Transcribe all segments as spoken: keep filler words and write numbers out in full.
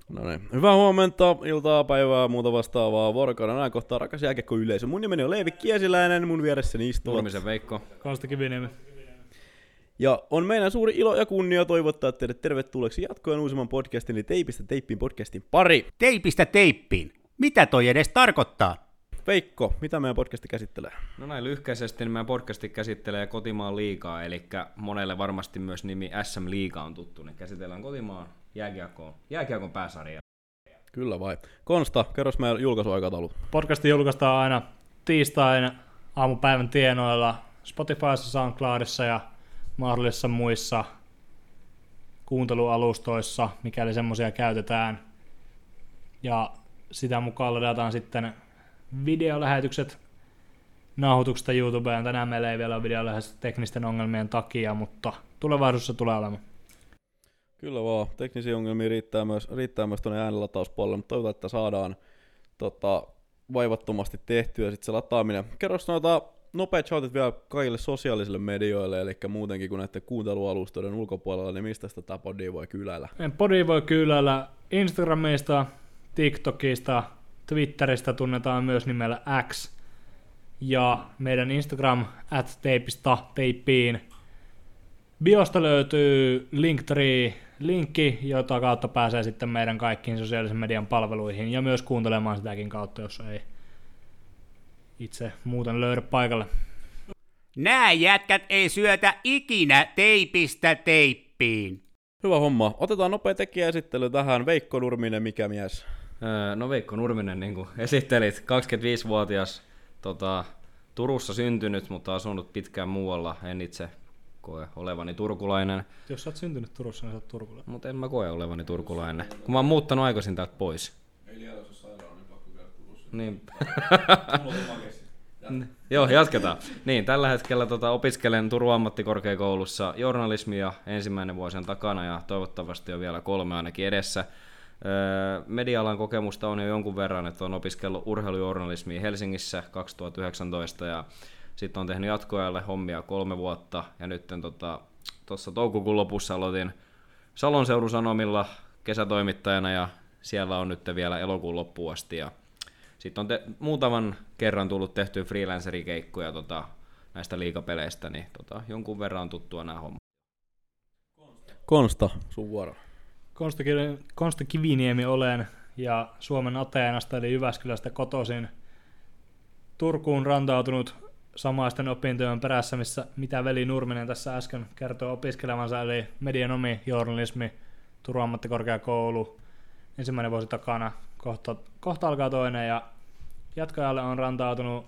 No niin. Hyvää huomenta, iltaa, päivää, muuta vastaavaa, vuorokauden ajan kohtaa, rakas jääkiekkoyleisö. Mun nimeni on Leevi Kiesiläinen, mun vieressäni istuu Nurmisen Veikko. Konsta Kiviniemi. Ja on meidän suuri ilo ja kunnia toivottaa teidät tervetulleeksi jatkoen uusimman podcastin, eli Teipistä teippiin podcastin pari. Teipistä teippiin. Mitä toi edes tarkoittaa? Veikko, mitä meidän podcasti käsittelee? No näin lyhkäisesti niin meidän podcasti käsittelee kotimaan liigaa, eli monelle varmasti myös nimi S M-liiga on tuttu, niin käsitellään kotimaan jääkiekkoon, jääkiekon pääsarjaa. Kyllä vai. Konsta, kerros meidän julkaisuaikataulut. Podcasti julkaistaan aina tiistain aamupäivän tienoilla Spotifyssa, SoundCloudissa ja mahdollisissa muissa kuuntelualustoissa, mikäli semmoisia käytetään. Ja sitä mukaan ladataan sitten videolähetykset nauhoituksesta YouTubeen. Tänään meillä ei vielä ole videolähetykset teknisten ongelmien takia, mutta tulevaisuudessa tulee olemaan. Kyllä vaan, teknisiä ongelmia riittää myös, riittää myös tuonne äänenlatauspuolelle, mutta toivotaan, että saadaan tota, vaivattomasti tehtyä sitten se lataaminen. Kerros noita nopeat shoutit vielä kaikille sosiaalisille medioille, eli muutenkin kuin näiden kuuntelualustoiden ulkopuolella, niin mistä tätä podia voi kyläillä? Podia voi kyläillä Instagramista, TikTokista, Twitteristä tunnetaan myös nimellä X, ja meidän Instagram at teipistä teippiin. Biosta löytyy Linktree, linkki, jota kautta pääsee sitten meidän kaikkiin sosiaalisen median palveluihin ja myös kuuntelemaan sitäkin kautta, jos ei itse muuten löydä paikalle. Nää jätkät ei syötä ikinä teipistä teippiin. Hyvä homma. Otetaan nopea tekijäesittely tähän. Veikko Nurminen, mikä mies? Öö, no Veikko Nurminen, niin kuin esittelit, kaksikymmentäviisivuotias, tota, Turussa syntynyt, mutta asunut pitkään muualla, en itse koe olevani turkulainen. Jos sä oot syntynyt Turussa, niin sä oot turkulainen. Mutta en mä koe olevani turkulainen, kun mä oon muuttanut aikaisin täältä pois. Ei liian, jos on sairaan, niin pakko käydä Turussa. Niin. Joo, jatketaan. Niin, tällä hetkellä tota, opiskelen Turun ammattikorkeakoulussa journalismia, ensimmäinen vuosi on takana ja toivottavasti on vielä kolme ainakin edessä. Öö, media-alan kokemusta on jo jonkun verran, että on opiskellut urheilujournalismia Helsingissä kaksituhattayhdeksäntoista ja sitten on tehnyt jatkoajalle hommia kolme vuotta ja nyt tuossa tota, toukokuun lopussa aloitin Salon Seudun Sanomilla kesätoimittajana ja siellä on nyt vielä elokuun loppuun asti ja sitten on te- muutaman kerran tullut tehtyä freelancerikeikkoja tota, näistä liigapeleistä, niin tota, jonkun verran on tuttua nämä hommat. Konsta, sun vuoro. Konsta, Konsta Kiviniemi olen ja Suomen Ateenasta eli Jyväskylästä kotoisin. Turkuun rantautunut samaisten opintojen perässä, missä mitä veli Nurminen tässä äsken kertoo opiskelevansa, eli medianomi, journalismi, Turun ammattikorkeakoulu, ensimmäinen vuosi takana, kohta, kohta alkaa toinen ja jatkajalle on rantautunut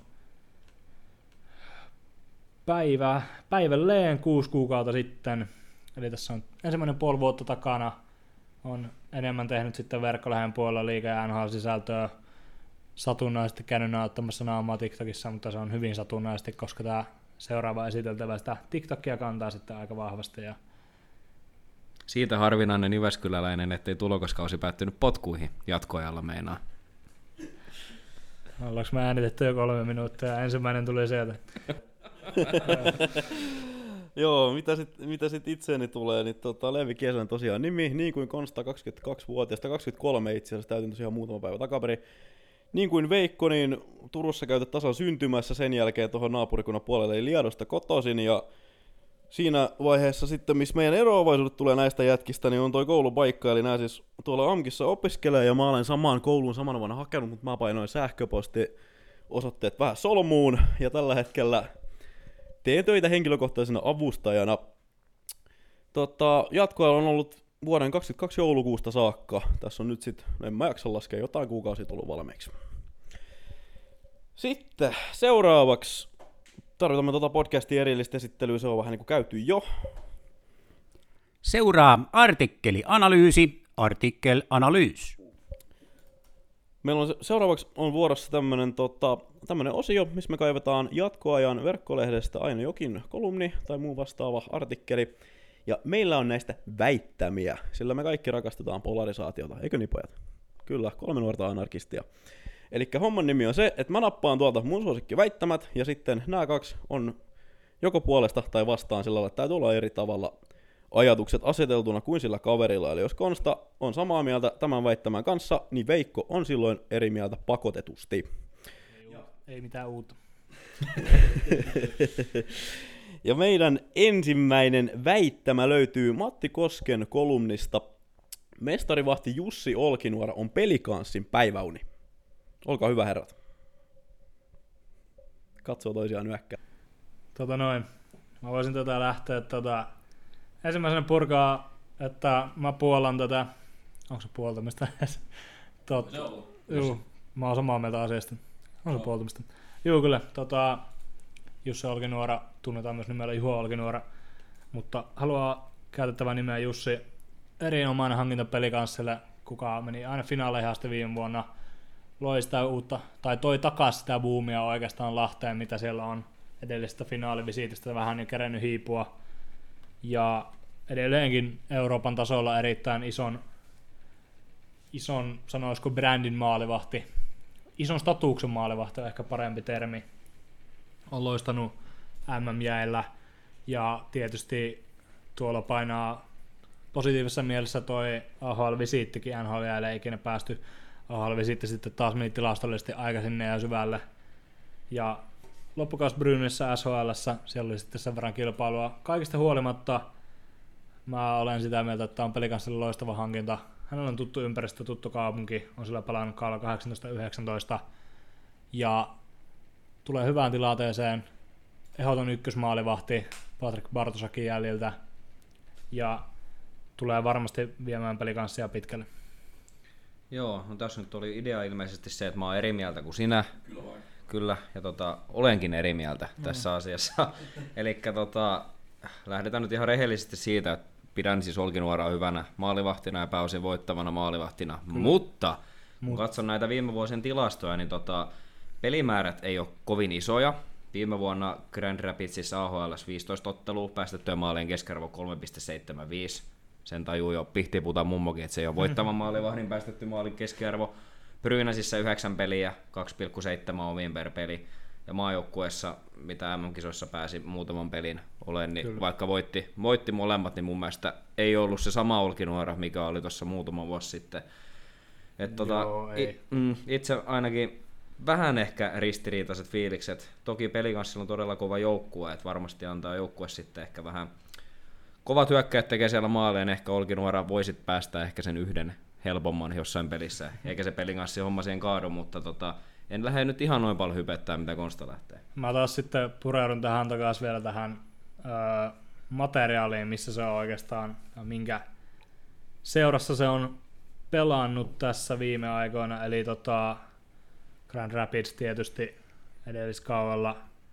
päivä, päivälleen kuusi kuukautta sitten, eli tässä on ensimmäinen puoli vuotta takana, on enemmän tehnyt sitten verkkolehden puolella liiga- ja N H L-sisältöä, satunnaisesti käynyt näyttämässä naamaa TikTokissa, mutta se on hyvin satunnaisesti, koska tämä seuraava esiteltävä sitä TikTokia kantaa sitten aika vahvasti. Ja siitä harvinainen jyväskyläläinen, ettei tulokaskausi päättynyt potkuihin jatkoajalla meinaa. Ollaanko me äänitetty jo kolme minuuttia ja ensimmäinen tuli sieltä? Joo, mitä sitten mitä sit itseeni tulee, niin tota, Leevi Kiesiläinen tosiaan nimi, niin kuin Konsta kaksikymmentäkaksivuotias, kaksikymmentäkolme itse asiassa täytin tosiaan muutama päivä takaperin. Niin kuin Veikko, niin Turussa käytät tasan syntymässä sen jälkeen tuohon naapurikunnan puolelle, eli Liedosta kotoisin, ja siinä vaiheessa sitten, missä meidän eroavaisuudet tulee näistä jätkistä, niin on toi koulupaikka, eli nää siis tuolla AMKissa opiskelee, ja mä olen samaan kouluun samana vuonna hakenut, mutta mä painoin sähköposti osoitteet vähän solmuun, ja tällä hetkellä teen töitä henkilökohtaisena avustajana. Tota, jatkoajalla on ollut vuoden kaksikymmentäkaksi joulukuusta saakka. Tässä on nyt sit, en mä jaksa laskea, jotain kuukausia tullut valmiiksi. Sitten seuraavaksi tarvitamme tuota podcastin erillistä esittelyä, se on vähän niin kuin käyty jo. Seuraa artikkeli-analyysi, artikkel-analyys. Meillä on seuraavaksi on vuorossa tämmönen, tota, tämmönen osio, missä me kaivetaan jatkoajan verkkolehdestä aina jokin kolumni tai muu vastaava artikkeli. Ja meillä on näistä väittämiä, sillä me kaikki rakastetaan polarisaatiota, eikö niin pojat? Kyllä, kolme nuorta anarkistia. Eli homman nimi on se, että mä nappaan tuolta mun suosikkiväittämät, ja sitten nämä kaksi on joko puolesta tai vastaan sillä lailla, että täytyy olla eri tavalla ajatukset aseteltuna kuin sillä kaverilla. Eli jos Konsta on samaa mieltä tämän väittämän kanssa, niin Veikko on silloin eri mieltä pakotetusti. Ei, ei mitään uutta. Ja meidän ensimmäinen väittämä löytyy Matti Kosken kolumnista. Mestarivahti Jussi Olkinuora on Pelikanssin päiväuni. Olkaa hyvä, herrat. Katsoo toisiaan nyökkää. Tota noin. Mä voisin tätä lähteä tota, ensimmäisenä purkaa, että mä puolan tätä. Onko se puoltamista edes? Tot, juu, mä oon samaa mieltä asiasta. On se puoltamista. Juu, kyllä. Tota, Jussi Olkinuora, tunnetaan myös nimellä Juho Olkinuora, mutta haluaa käytettävän nimeä Jussi. Erinomainen hankinta Pelikanssille, kuka meni aina finaaleihin asti viime vuonna. Loi sitä uutta, tai toi takas sitä buumia oikeastaan Lahteen, mitä siellä on edellisestä finaalivisiitistä vähän jo kerennyt hiipua. Ja edelleenkin Euroopan tasolla erittäin ison, ison sanoisiko brändin maalivahti, ison statuksen maalivahti on ehkä parempi termi. On loistanut M M-jäillä ja tietysti tuolla painaa positiivisessa mielessä toi A H L-visiittikin, N H L ei ikinä päästy. A H L-visiitti sitten taas meni tilastollisesti aika sinne ja syvälle. Ja loppukaus Brynässä S H L:ssä, siellä oli sitten sen verran kilpailua. Kaikista huolimatta mä olen sitä mieltä, että on Pelikanssille loistava hankinta. Hänellä on tuttu ympäristö, tuttu kaupunki, on sillä pelannut kaudella kahdeksantoista yhdeksäntoista ja tulee hyvään tilanteeseen. Ehdoton ykkösmaalivahti Patrik Bartosakin jäljiltä ja tulee varmasti viemään Pelikanssia pitkälle. Joo, no tässä nyt oli idea ilmeisesti se, että mä oon eri mieltä kuin sinä. Kyllä, Kyllä ja tota, olenkin eri mieltä no. tässä asiassa. Eli tota, lähdetään nyt ihan rehellisesti siitä, että pidän siis Olkinuoraa hyvänä maalivahtina ja pääosin voittavana maalivahtina. Kyllä. Mutta kun Mut. katson näitä viime vuosien tilastoja, niin tota, pelimäärät ei ole kovin isoja. Viime vuonna Grand Rapidsissa A H L:ssä viisitoista ottelua, päästettyä maalien keskiarvo kolme pilkku seitsemänkymmentäviisi. Sen tajuu jo Pihtiputan mummokin, että se ei ole voittavan maalivahdin päästetty maalin keskiarvo. Brynäsissä yhdeksän peliä, kaksi pilkku seitsemän omiin per peli. Ja maajoukkueessa, mitä M M-kisoissa pääsi muutaman pelin olen, niin Kyllä. vaikka voitti, voitti molemmat, niin mun mielestä ei ollut se sama Olkinuora, mikä oli tuossa muutama vuosi sitten. Et tota, Joo, ei. It, mm, itse ainakin vähän ehkä ristiriitaiset fiilikset. Toki Pelikanssilla on todella kova joukkue, että varmasti antaa joukkue sitten ehkä vähän kovat hyökkäät tekee siellä maaleen, ehkä Olkinuora voisit päästä ehkä sen yhden helpomman jossain pelissä, eikä se Pelikanssi homma siihen kaadu, mutta tota, en lähde nyt ihan noin paljon hypettää, mitä Konsta lähtee. Mä taas sitten pureudun tähän takaisin vielä tähän öö, materiaaliin, missä se on oikeastaan, minkä seurassa se on pelannut tässä viime aikoina, eli tota, Grand Rapids tietysti edelliskaudella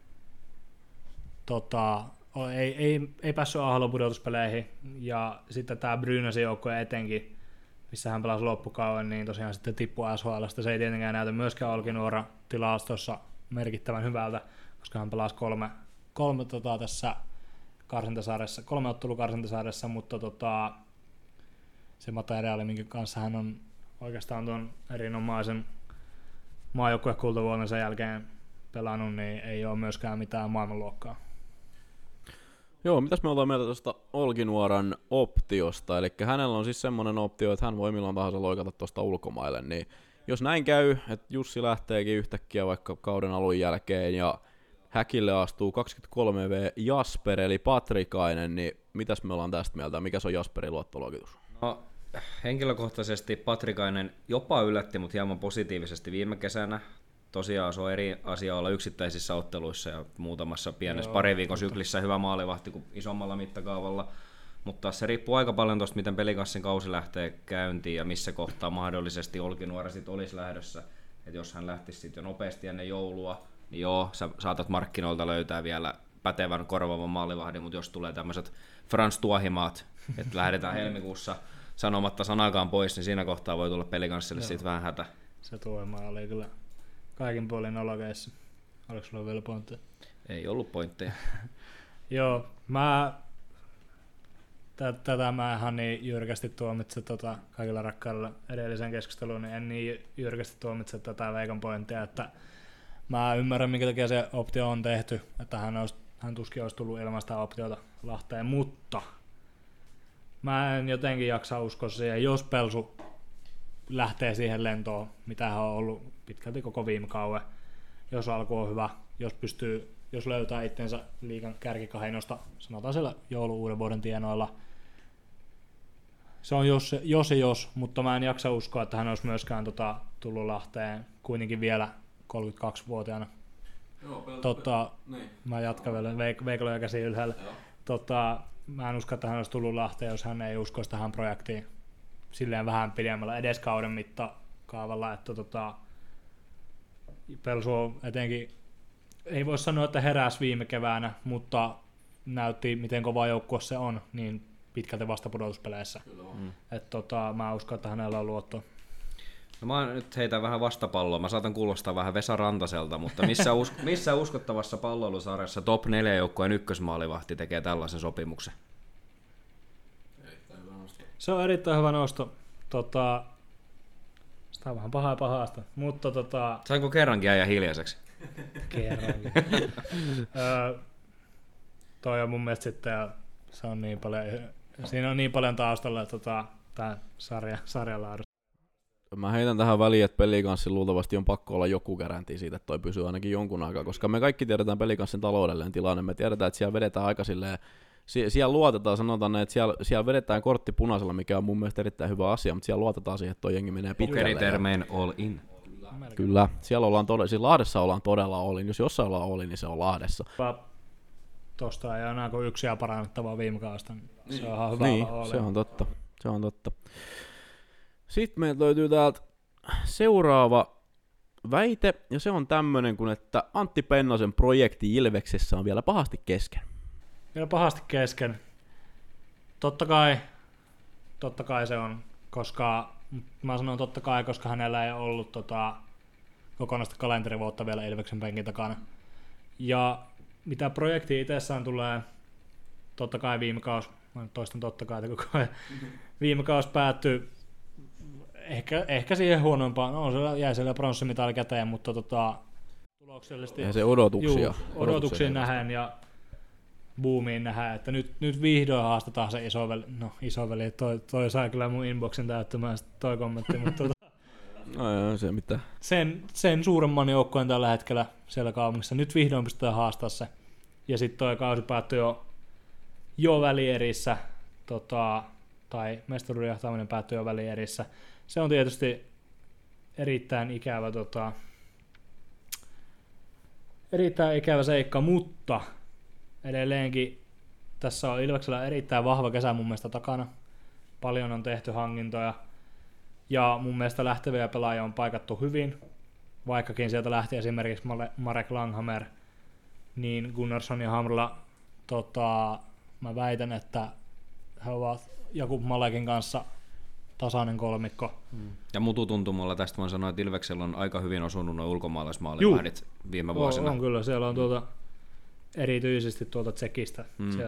tota, ei, ei, ei päässyt A H L-pudotuspeleihin, ja sitten tämä Brynäsin joukkue etenkin, missä hän pelasi loppukauden, niin tosiaan sitten tippui S H L:stä. Se ei tietenkään näytä myöskään Olkinuora tilastossa merkittävän hyvältä, koska hän pelasi kolme, kolme tota, tässä karsintasarjassa, kolme ottelukarsintasarjassa, mutta tota, se materiaali, minkä kanssa hän on oikeastaan tuon erinomaisen maajoukkuekultavuotensa jälkeen pelannut, niin ei ole myöskään mitään maailmanluokkaa. Joo, mitäs me ollaan mieltä tuosta Olkinuoran optiosta, eli hänellä on siis semmoinen optio, että hän voi milloin tahansa loikata tuosta ulkomaille, niin jos näin käy, että Jussi lähteekin yhtäkkiä vaikka kauden alun jälkeen ja häkille astuu kaksikymmentäkolme vuotias Jasper eli Patrikainen, niin mitäs me ollaan tästä mieltä, mikä se on Jasperin luottoluokitus? No, henkilökohtaisesti Patrikainen jopa yllätti mut hieman positiivisesti viime kesänä. Tosiaan se on eri asia olla yksittäisissä otteluissa ja muutamassa pienessä pari viikon syklissä hyvä maalivahti kuin isommalla mittakaavalla. Mutta se riippuu aika paljon tuosta, miten Pelikanssin kausi lähtee käyntiin ja missä kohtaa mahdollisesti Olkinuora sit olisi lähdössä. Et jos hän lähtisi sit jo nopeasti ennen joulua, niin joo, sä saatat markkinoilta löytää vielä pätevän korvaavan maalivahdin, mutta jos tulee tämmöiset Frans Tuohimaat, että lähdetään helmikuussa sanomatta sanakaan pois, niin siinä kohtaa voi tulla Pelikanssille siitä vähän hätä. Se Tuohimaa oli kyllä kaikin puolin olokeissa. Oliko sulla vielä pointteja? Ei ollut pointteja. Joo, mä tätä mä ihan niin jyrkästi tuomitse tota, kaikilla rakkailla edellisen keskusteluun, niin en niin jyrkästi tuomitse tätä Veikan pointtia, että mä ymmärrän, minkä takia se optio on tehty, että hän, olisi, hän tuskin olisi tullut ilman sitä optiota Lahteen, mutta mä en jotenkin jaksa uskoa siihen, jos Pelsu lähtee siihen lentoon, mitä hän on ollut pitkälti koko viime kauden. Jos alku on hyvä, jos pystyy, jos löytää itsensä liigan kärkikaheinosta, sanotaan siellä joulu uuden vuoden tienoilla. Se on jos, jos ja jos, mutta mä en jaksa uskoa, että hän olisi myöskään tota, tullut Lahteen kuitenkin vielä kolmekymmentäkaksivuotiaana. Joo, pel- tota, niin. Mä jatkan vielä, Veik- Veikalo ja käsi ylhäällä. Tota, mä en usko, että hän olisi tullut Lahteen, jos hän ei uskoisi tähän projektiin silleen vähän pidemmällä edes kauden mittakaavalla, että tota, Pelsu on etenkin, ei voi sanoa, että heräsi viime keväänä, mutta näytti, miten kova joukkue se on, niin pitkälti vasta pudotuspeleissä. Mm. Et tota, mä uskon, että hänellä on luotto. No mä nyt heitän vähän vastapalloa. Mä saatan kuulostaa vähän Vesa Rantaselta, mutta missä, usk- missä uskottavassa palloilusarjassa top neljä joukkueen ykkösmaalivahti tekee tällaisen sopimuksen? Se on erittäin hyvä nosto. Tota, sitä on vähän pahaa ja pahasta, mutta tota... Sainko kerrankin äijä hiljaiseksi? Kerrankin. öö, toi on mun mielestä sitten, ja se on niin paljon, siinä on niin paljon taustalla, että tota, tää sarja, sarjalaadus. Mä heitän tähän väliin, että Pelikanssin luultavasti on pakko olla joku garanti siitä, että toi pysyy ainakin jonkun aikaa, koska me kaikki tiedetään Pelikanssin taloudellinen tilanne. Me tiedetään, että siellä vedetään aika silleen, sie- siellä luotetaan, sanotaan, että siellä, siellä vedetään kortti punaisella, mikä on mun mielestä erittäin hyvä asia, mutta siellä luotetaan siihen, että toi jengi menee pitkälle. Pokeritermein all in. Kyllä, siellä ollaan todella, siis Lahdessa ollaan todella all in. Jos jossain ollaan all in, niin se on Lahdessa. Tuosta ei ole enää kuin yksi ja parannettavaa viime kaudesta. Se on ihan hyvä Niin, olla se on totta. Se on totta. Sitten meiltä löytyy täältä seuraava väite, ja se on tämmönen kuin, että Antti Pennasen projekti Ilveksessä on vielä pahasti kesken. Vielä pahasti kesken. Totta kai, totta kai se on, koska mä sanon totta kai, koska hänellä ei ollut tota, kokonaista kalenterivuotta vielä Ilveksen penkin takana. Ja mitä projekti itsessään tulee, totta kai viime kausi, mä toistan totta kai, koko ajan, viime kausi päättyi ehkä, ehkä siihen huonompaan, no siellä jäi siellä pronssimitali käteen, mutta tota, tuloksellisesti Ja se odotuksia. juu, odotuksiin nähden ja boomiin nähdään, että nyt, nyt vihdoin haastetaan se isoveli, no isoveli, toi, toi sai kyllä mun inboxin täyttämään toi kommentti, mutta tota, no joo, se mitä. sen, sen suuremman joukkueen tällä hetkellä siellä kaupungissa, nyt vihdoin pystytään haastaa se, ja sitten toi kausi päättyi jo, jo välierissä, tota, tai mestaruuden johtaminen päättyi jo välierissä. Se on tietysti erittäin ikävä, tota, erittäin ikävä seikka, mutta edelleenkin tässä on Ilveksellä erittäin vahva kesä mun mielestä takana. Paljon on tehty hankintoja ja mun mielestä lähteviä pelaajia on paikattu hyvin. Vaikkakin sieltä lähti esimerkiksi Marek Langhammer, niin Gunnarsson ja Hamrla, tota, mä väitän, että he ovat Jakub Malekin kanssa tasainen kolmikko. Mm. Ja mututuntumalla tästä voin sanoa, että Ilveksellä on aika hyvin osunut nuo ulkomaalaismaalivahdit viime vuosina. On, on kyllä, siellä on tuota, erityisesti tuolta Tsekistä. Mm. Siellä.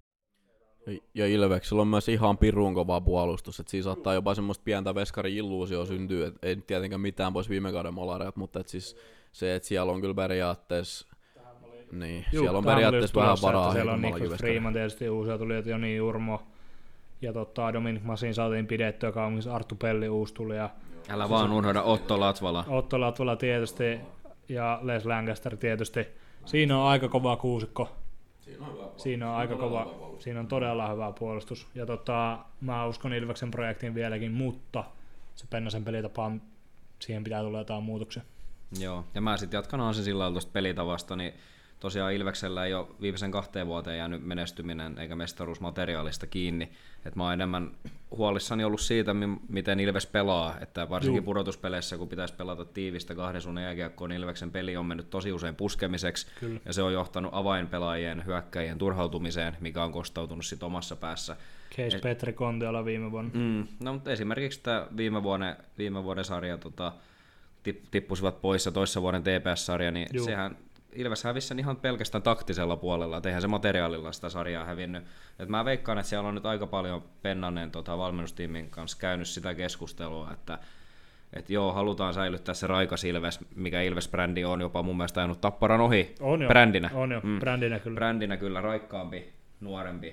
Ja Ilveksellä on myös ihan pirun kova puolustus, että siinä saattaa jopa semmoista pientä veskari-illuusio syntyä, että ei tietenkään mitään pois viime kauden molareet, mutta et siis se, että siellä on kyllä periaatteessa, niin, Juu, siellä on periaatteessa vähän varaa. Siellä on Niklas Freeman tietysti, uusia tuli, että Joni Jurmo ja tota, Dominic Masin saatiin pidettyä kaupungissa, Arttu Pelli uusi tuli. Ja älä vaan unohda Otto Latvala. Otto Latvala tietysti ja Les Lancaster tietysti. Siinä on aika kova kuusikko. Siinä on, siinä on aika kova, siinä on todella hyvä puolustus. Ja tota, mä uskon Ilveksen projektiin vieläkin, mutta se Pennasen pelitapa, siihen pitää tulla jotain muutoksia. Joo, ja mä sitten jatkan Hansin sillä lailla tuosta pelitavasta, niin tosiaan Ilveksellä ei ole viimeisen kahteen vuoteen jäänyt menestyminen eikä mestaruusmateriaalista kiinni. Et mä oon enemmän huolissani ollut siitä, miten Ilves pelaa, että varsinkin Juh. pudotuspeleissä, kun pitäisi pelata tiivistä kahden suunnan jääkiekkoon, niin Ilveksen peli on mennyt tosi usein puskemiseksi, Kyllä. ja se on johtanut avainpelaajien, hyökkäjien turhautumiseen, mikä on kostautunut sit omassa päässä. Case Et, Petri Konteala viime vuonna. Mm, no, mutta esimerkiksi tämä viime vuoden, viime vuoden sarja tota, tippusivat pois ja toissa vuoden T P S-sarja, niin Juh. sehän Ilves hävisi sen ihan pelkästään taktisella puolella, että eihän se materiaalilla sitä sarjaa hävinnyt. Et mä veikkaan, että siellä on nyt aika paljon Pennanen tota, valmennustiimin kanssa käynyt sitä keskustelua, että et joo, halutaan säilyttää se raikas Ilves, mikä Ilves-brändi on jopa mun mielestä ajanut Tapparan ohi on jo, brändinä. On jo, mm. brändinä kyllä. Brändinä kyllä raikkaampi, nuorempi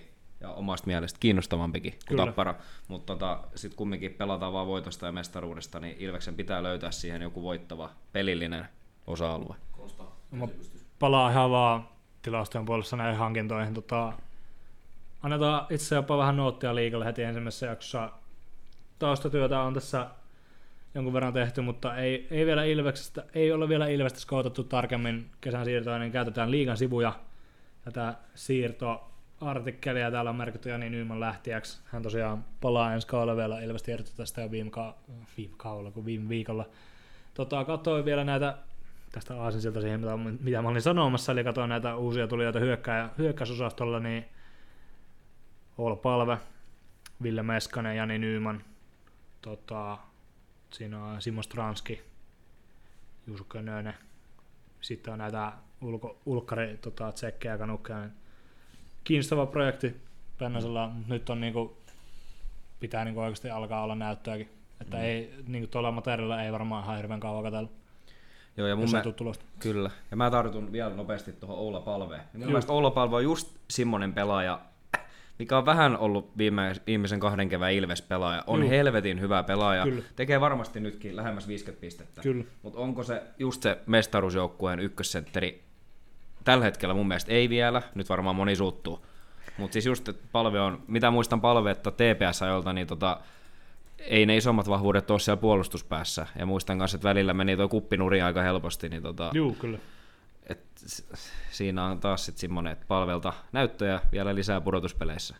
ja omasta mielestä kiinnostavampikin kuin Kyllä. Tappara, mutta tota, sitten kumminkin pelataan vaan voitosta ja mestaruudesta, niin Ilveksen pitää löytää siihen joku voittava pelillinen osa-alue. Mä palaan ihan vaan tilastojen puolessa näihin hankintoihin. Tota, annetaan itse jopa vähän noottia liikalle heti ensimmäisessä jaksossa. Taustatyötä on tässä jonkun verran tehty, mutta ei, ei, vielä Ilveksestä, ei ole vielä Ilvestä skoutattu tarkemmin kesän siirtoa, niin käytetään liigan sivuja. Tätä siirtoartikkelia täällä on merkitty Jani Nyman lähtijäksi. Hän tosiaan palaa ensi kaudella vielä. Ilves tiedotti tästä jo viime, ka- viime kaudella kuin viime viikolla. Tota, katsoin vielä näitä, tästä aasinsilta siihen, mitä, mitä mä olin sanomassa, eli katsoin näitä uusia tulijoita hyökkää, hyökkäysosastolla, niin Oula Palve, Ville Meskanen, Jani Nyman, tota, siinä on Simo Stranski, Juuso Könönen, sitten on näitä ulko, ulkkari tota, tsekkejä ja kanukkeja. Kiinnostava projekti Pennasella, mutta nyt on niinku, pitää niinku oikeasti alkaa olla näyttöäkin. Että mm. ei, niinku tuolla materiaalilla ei varmaan ihan hirveän kauan katsella. Joo, ja mun mä, mä, kyllä. Ja mä tartun vielä nopeasti tuohon Oula Palveen. Ja mun mielestä Oula Palve on just semmonen pelaaja, mikä on vähän ollut viime, viimeisen kahden kevään Ilves-pelaaja. On Juh. helvetin hyvä pelaaja. Kyllä. Tekee varmasti nytkin lähemmäs viisikymmentä pistettä. Mutta onko se just se mestaruusjoukkueen ykkössentteri? Tällä hetkellä mun mielestä ei vielä. Nyt varmaan moni suuttuu. Mutta siis just, että Palve on, mitä muistan Palvetta T P S-ajolta, niin tota, ei ne isommat vahvuudet ole siellä puolustuspäässä. Ja muistan kanssa, että välillä meni tuo kuppinuri aika helposti. Niin tota, Juu, kyllä. Et siinä on taas sitten semmoinen, että Palvelta näyttöjä vielä lisää pudotuspeleissä.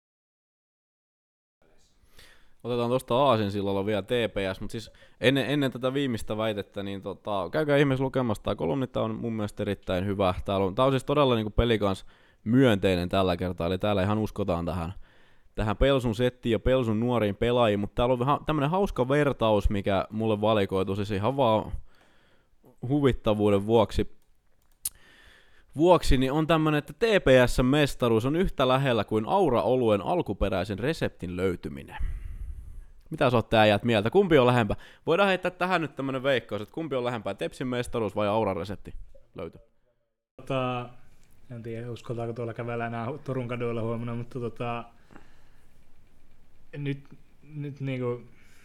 Otetaan tuosta aasinsillalla vielä T P S, mutta siis ennen, ennen tätä viimeistä väitettä, niin tota, käykää ihmeessä lukemassa. Tämä kolumnita on mun mielestä erittäin hyvä. Täällä on, tää on siis todella niin kuin peli kanssa myönteinen tällä kertaa, eli täällä ihan uskotaan tähän, tähän Pelsun settiin ja Pelsun nuoriin pelaajiin, mutta täällä on vähän tämmöinen hauska vertaus, mikä mulle valikoitu, siis ihan vaan huvittavuuden vuoksi. Vuoksi niin on tämmönen, että T P S-mestaruus on yhtä lähellä kuin Aura-oluen alkuperäisen reseptin löytyminen. Mitä sä oot äijät mieltä? Kumpi on lähempää? Voidaan heittää tähän nyt tämmönen veikkaus, että kumpi on lähempää, Tepsin mestaruus vai Aura-resepti löyty? Tota, en tiedä, uskaltaako tuolla kävellä enää Turun kaduilla huomenna, mutta tota, nyt, nyt niinku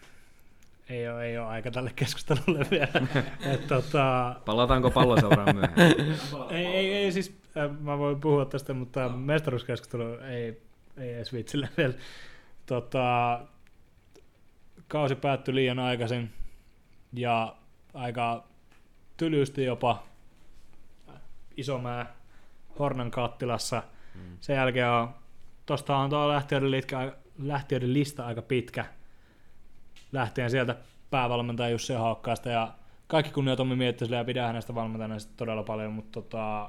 ei ole, ei ole aika tälle keskustelulle vielä. Et, tota, Palataanko Palloseuraan myöhemmin? ei, ei, ei siis, äh, mä voin puhua tästä, mutta mestaruuskeskustelu ei, ei edes vitsille vielä. Tota, kausi päättyi liian aikaisin ja aika tylysti jopa Isomäe Hornan kattilassa. Mm. Sen jälkeen on, tosta on tuo lähtiöiden, litka, lähtiöiden lista aika pitkä. Lähtien sieltä päävalmentaja Jussi Haukkaasta ja kaikki kunnia Tommi Miettiselle ja pidän hänestä valmentajana todella paljon, mutta tota,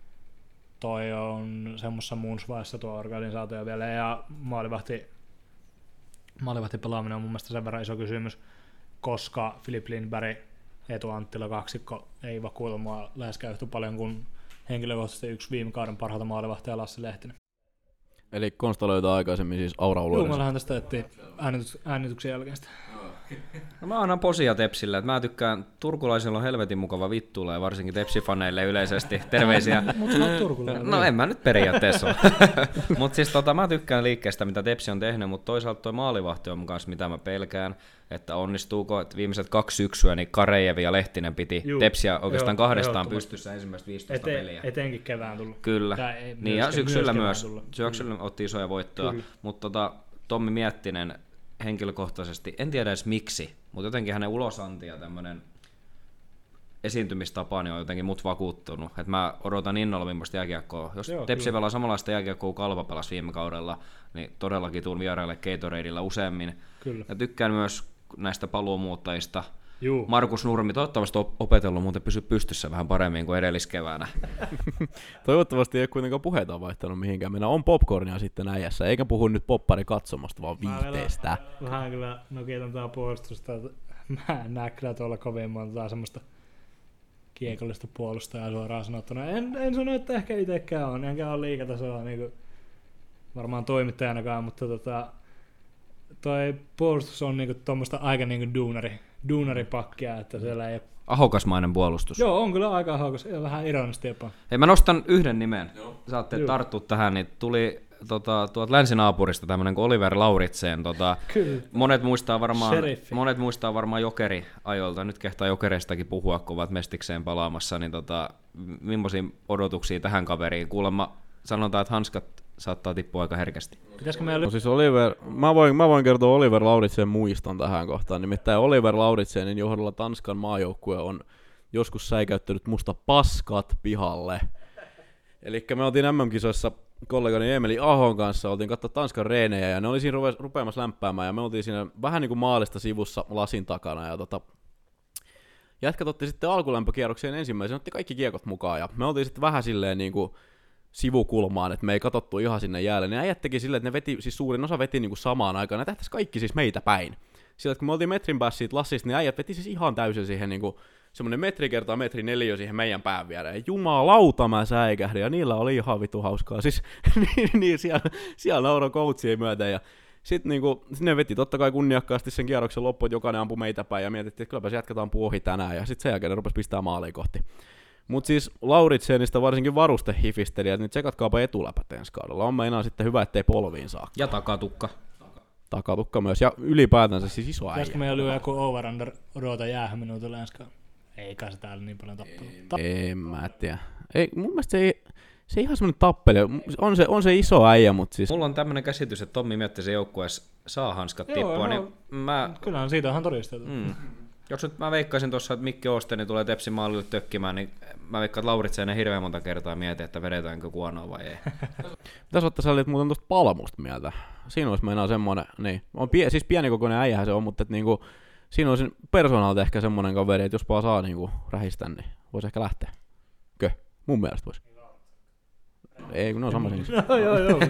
toi on semmoisessa muunsvaiheessa tuo organisaatio vielä ja maalivahti, maalivahti pelaaminen on mun mielestä sen verran iso kysymys, koska Filip Lindberg, Eetu Anttila kaksikko ei vakuuta mua läheskään yhtä paljon kuin henkilökohtaisesti yksi viime kauden parhaita maalivahtia Lassi Lehtinen. Eli Konsta löytää aikaisemmin siis Aura-oluiden. Joo, mä lähden tästä etsiä äänitys, äänityksen jälkeen sitä. No mä annan posia Tepsille, että mä tykkään, turkulaisilla on helvetin mukava vittuilla ja varsinkin Tepsi-faneille yleisesti terveisiä. Mut sä oot turkulainen. No en mä nyt periaatteessa ole. Mutta siis tota, mä tykkään liikkeestä, mitä Tepsi on tehnyt, mutta toisaalta toi maalivahti on mun kanssa, mitä mä pelkään, että onnistuuko, että viimeiset kaksi syksyä niin Karejevi ja Lehtinen piti Juu, Tepsiä oikeastaan joo, kahdestaan pystyssä ensimmäistä viisitoista Ete, peliä. Etenkin kevään tullut. Kyllä, ei, niin ja syksyllä myös, syksyllä Kyllä. otti isoja voittoja, mutta tota, Tommi Miettinen henkilökohtaisesti, en tiedä edes miksi, mutta jotenkin hänen ulosanti ja tämmöinen esiintymistapa niin on jotenkin mut vakuuttunut. Et mä odotan innolla millaista jääkiekkoa. Jos Joo, Tepsi pelaa samanlaista jääkiekkoa kuin Kalpa pelasi viime kaudella, niin todellakin tuun vieraille Gatoradeilla useammin. Kyllä. Ja tykkään myös näistä paluumuuttajista. Juu. Markus Nurmi, toivottavasti opetellut muuten pysy pystyssä vähän paremmin kuin edelliskeväänä. Toivottavasti ei ole kuitenkaan puheita vaihtanut mihinkään. Meillä on popcornia sitten äijässä, eikä puhu nyt poppari katsomasta, vaan viihteestä. Mä vähän kyllä nokitan tää puolustusta, että mä en näe kyllä tuolla kovin monta semmoista kiekollista puolustajaa suoraan sanottuna. En, en sano, että ehkä itsekään on, enkä ole liigatasoa niin varmaan toimittajanakaan, mutta tota, toi puolustus on niinku tuommoista aika niinku duunari, duunaripakkia, että siellä ei... Ahokasmainen puolustus. Joo, on kyllä aika ahokas, ja vähän ironisesti jopa. Hei, mä nostan yhden nimen. Joo. Saatte Joo. tarttua tähän, niin tuli tota, tuolta länsinaapurista tämmöinen kuin Oliver Lauritsen. Tota, monet, muistaa varmaan, monet muistaa varmaan Jokeri-ajoilta, nyt kehtaa Jokereistakin puhua, kun ovat mestikseen palaamassa, niin tota, millaisia odotuksia tähän kaveriin? Kuulemma sanotaan, että hanskat saattaa tippua aika herkästi. Pitäisikö meillä... No siis Oliver, mä voin, mä voin kertoa Oliver Lauritsen muiston tähän kohtaan, nimittäin Oliver Lauritsenin johdolla Tanskan maajoukkue on joskus säikäyttänyt musta paskat pihalle. Elikkä me oltiin M M-kisoissa kollegani Emeli Ahon kanssa, oltiin katsoa Tanskan reenejä ja ne oli siinä rupeamassa lämpäämään ja me oltiin siinä vähän niin kuin maalista sivussa lasin takana ja tota, jätkät otti sitten alkulämpökierrokseen ensimmäisen, otti kaikki kiekot mukaan ja me oltiin sitten vähän silleen niin kuin sivukulmaan, että me ei katsottu ihan sinne jäälle. Ne äijät teki silleen, että ne veti, siis suurin osa veti niin kuin samaan aikaan, ne tähtäisi kaikki siis meitä päin. Sillä kun me oltiin metrin päässä siitä lassista, niin äijät veti siis ihan täysin siihen niin kuin semmonen metri kertaa metri neliö siihen meidän pään viereen. Ja jumalauta mä säikähdin, ja niillä oli ihan vitu hauskaa. Siis niin, niin siellä, siellä nauroi coachien myöten, ja sitten niinku, ne veti totta kai kunniakkaasti sen kierroksen loppuun, että jokainen ampui meitä päin, ja mietittiin, että kylläpä se jatketaan ohi tänään, ja sitten sen jälkeen ne rupesi pistää maaliin kohti. Mut siis Lauritsenista varsinkin varustehifisteli, että nyt tsekatkaapa etuläpät ensi kaudella. On meinaa sitten hyvä, ettei polviin saa. Ja takatukka. Takatukka myös, ja ylipäätänsä siis iso äijä. Pitäisikö meillä oli joku over-under odota jäähän minuutilla ensi kaudella? Ei kai se täällä niin paljon tappelu. Ta- en mä tiedä. Ei, mun mielestä se ei, se ei ihan semmonen tappeli. On se, on se iso äijä, mutta siis... Mulla on tämmönen käsitys, että Tommi Miettisen joukkueessa saa hanskat tippua, niin mä... Kyllähän siitä on todistettu. Mm. Jos nyt mä veikkaisin tuossa, että Mikki Osteni tulee Tepsin maalille tökkimään, niin mä veikkaan, että Lauritsen hirveän monta kertaa mieti, että vedetäänkö kuonoa vai ei. Mitäs ottaa sä olit muuten tuosta Palmusta mieltä? Siinä olisi meinaa semmonen, niin, on pie, siis pienikokoinen äijähän se on, mutta et niinku... Siinä olisi persoonalta ehkä semmonen kaveri, että jos vaan saa niinku rähistä, niin voisi ehkä lähteä. Kö? Mun mielestä voisi. Ei, kun ne on samaisia. Joo, joo, joo.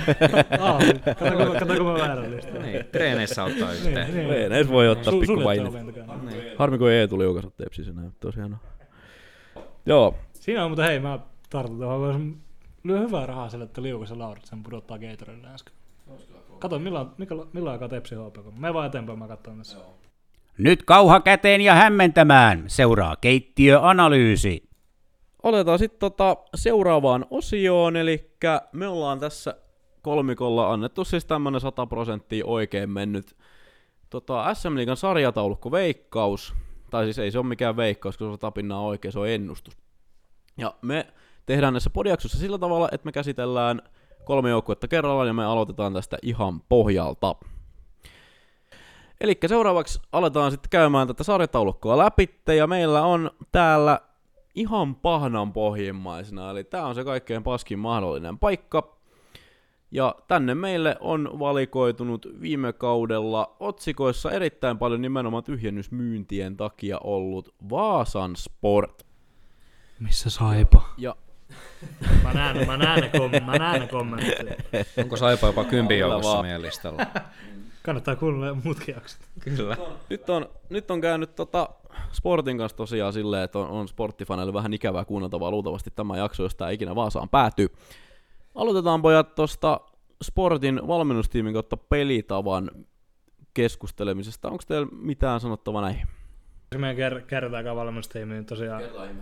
Katsotaanko mä väärällistä. Niin, treeneissä auttaa yhteen. Treeneissä voi ottaa pikku painit. Harmi kun ei tuli Liukasot Tepsissä, näyttää tosi hienoa. Joo. Siinä on, mutta hei, mä tartun tuohon. Voisin lyö hyvää rahaa sille, että Liukas ja Lauritsen pudottaa Gatorille äsken. Kato, milloin, milloin aikaa Tepsi H P K. Me vaan eteenpäin, mä katsoin tässä. Nyt kauha käteen ja hämmentämään. Seuraa keittiöanalyysi. Otetaan sitten tota seuraavaan osioon, eli me ollaan tässä kolmikolla annettu siis tämmönen sata prosenttia oikein mennyt tota, S M-liigan sarjataulukko veikkaus, tai siis ei se ole mikään veikkaus, koska se tapinnaa oikein, se on ennustus. Ja me tehdään näissä podiaksossa sillä tavalla, että me käsitellään kolme joukkuetta kerrallaan ja me aloitetaan tästä ihan pohjalta. Eli seuraavaksi aletaan sitten käymään tätä sarjataulukkoa läpi, ja meillä on täällä ihan pahnan pohjimmaisena, eli tää on se kaikkein paskin mahdollinen paikka. Ja tänne meille on valikoitunut viime kaudella otsikoissa erittäin paljon nimenomaan tyhjennysmyyntien takia ollut Vaasan Sport. Missä Saipa? Ja Mä näen, mä näen ne, kom- mä näen ne kommentit. Onko Saipa jopa kympin joukossa meidän listalla? Kannattaa kuunnella muutkin jaksot. Kyllä. Nyt on, nyt on käynyt tota Sportin kanssa tosiaan silleen, että on, on sporttifaneille vähän ikävää kuunneltavaa luultavasti tämä jakso, jos tää ikinä Vaasaan päätyy. Aloitetaan pojat tosta Sportin valmennustiimin kautta pelitavan keskustelemisesta. Onko teillä mitään sanottavaa näihin? Meidän ker- kertaakaan valmennustiimi, niin tosiaan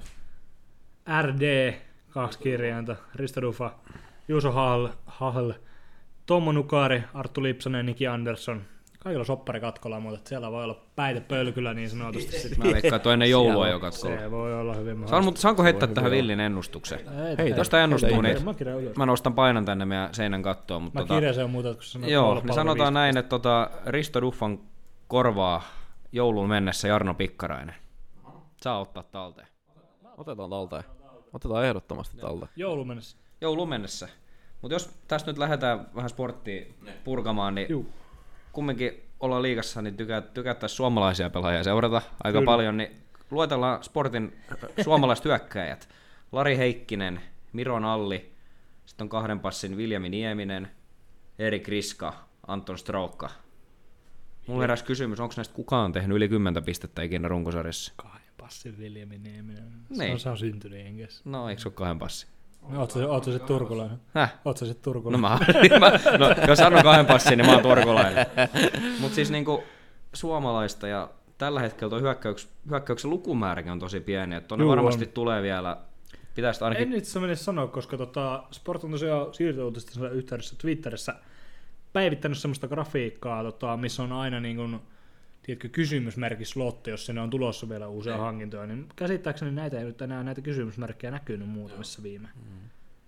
R D, kaksi kirjainta, Risto Dufa, Juuso Hall, Hall, Tommo Nukari, Arttu Lipsonen, Niki Andersson. Kaikilla soppari katkolla, mutta siellä voi olla päitä pölkyllä niin sanotusti. Sit. Mä veikkaan, että ennen joulua jo katkolla. Se voi olla hyvin mahdollista. Saan, mutta saanko heittää tähän villin ennustuksen? Hei, Tuosta ennustuu, niin mä, mä nostan painan tänne meidän seinän kattoon. Mutta mä tota, kirjasin muuta, kun sä sanoit. joo, niin sanotaan näin, että tota, Risto Duffan korvaa jouluun mennessä Jarno Pikkarainen. Saa ottaa talteen. Otetaan talteen. Otetaan ehdottomasti talteen. Jouluun mennessä. Jouluun mennessä. Mutta jos tästä nyt lähdetään vähän sporttia purkamaan, niin Juh. kumminkin ollaan liigassa, niin tykä, tykättäisiin suomalaisia pelaajia seurata aika Kyllä. paljon, niin luetellaan Sportin suomalaiset hyökkäjät. Lari Heikkinen, Miro Nalli, sitten on kahden passin Viljami Nieminen, Erik Riska, Anton Stroukka. Mulla heräsi kysymys, onko näistä kukaan tehnyt yli kymmentä pistettä ikinä runkosarjassa? Kahden passin Viljami Nieminen. Niin. Se on, se on syntynyt henkessä. No eikö se ole kahden passin? No, ootko sä sit turkulainen? Häh? Ootko sä sit turkulainen? No, mä, mä, no jos sanon kahden passin, niin mä oon turkulainen. Mut siis niinku suomalaista ja tällä hetkellä tuo hyökkäyks, hyökkäyksen lukumääräkin on tosi pieni, että tonne varmasti on. Tulee vielä Pitäisi ainakin... En itse asiassa mene sanoa, koska tota, Sport on tosiaan siirtouutisten yhteydessä Twitterissä päivittänyt semmoista grafiikkaa, tota, missä on aina niin kuin, tiedätkö, kysymysmerkislotti, jos sinne on tulossa vielä uusia Ei. hankintoja, niin käsittääkseni näitä ei nyt enää näitä kysymysmerkkejä näkynyt muutamissa viime. Mm.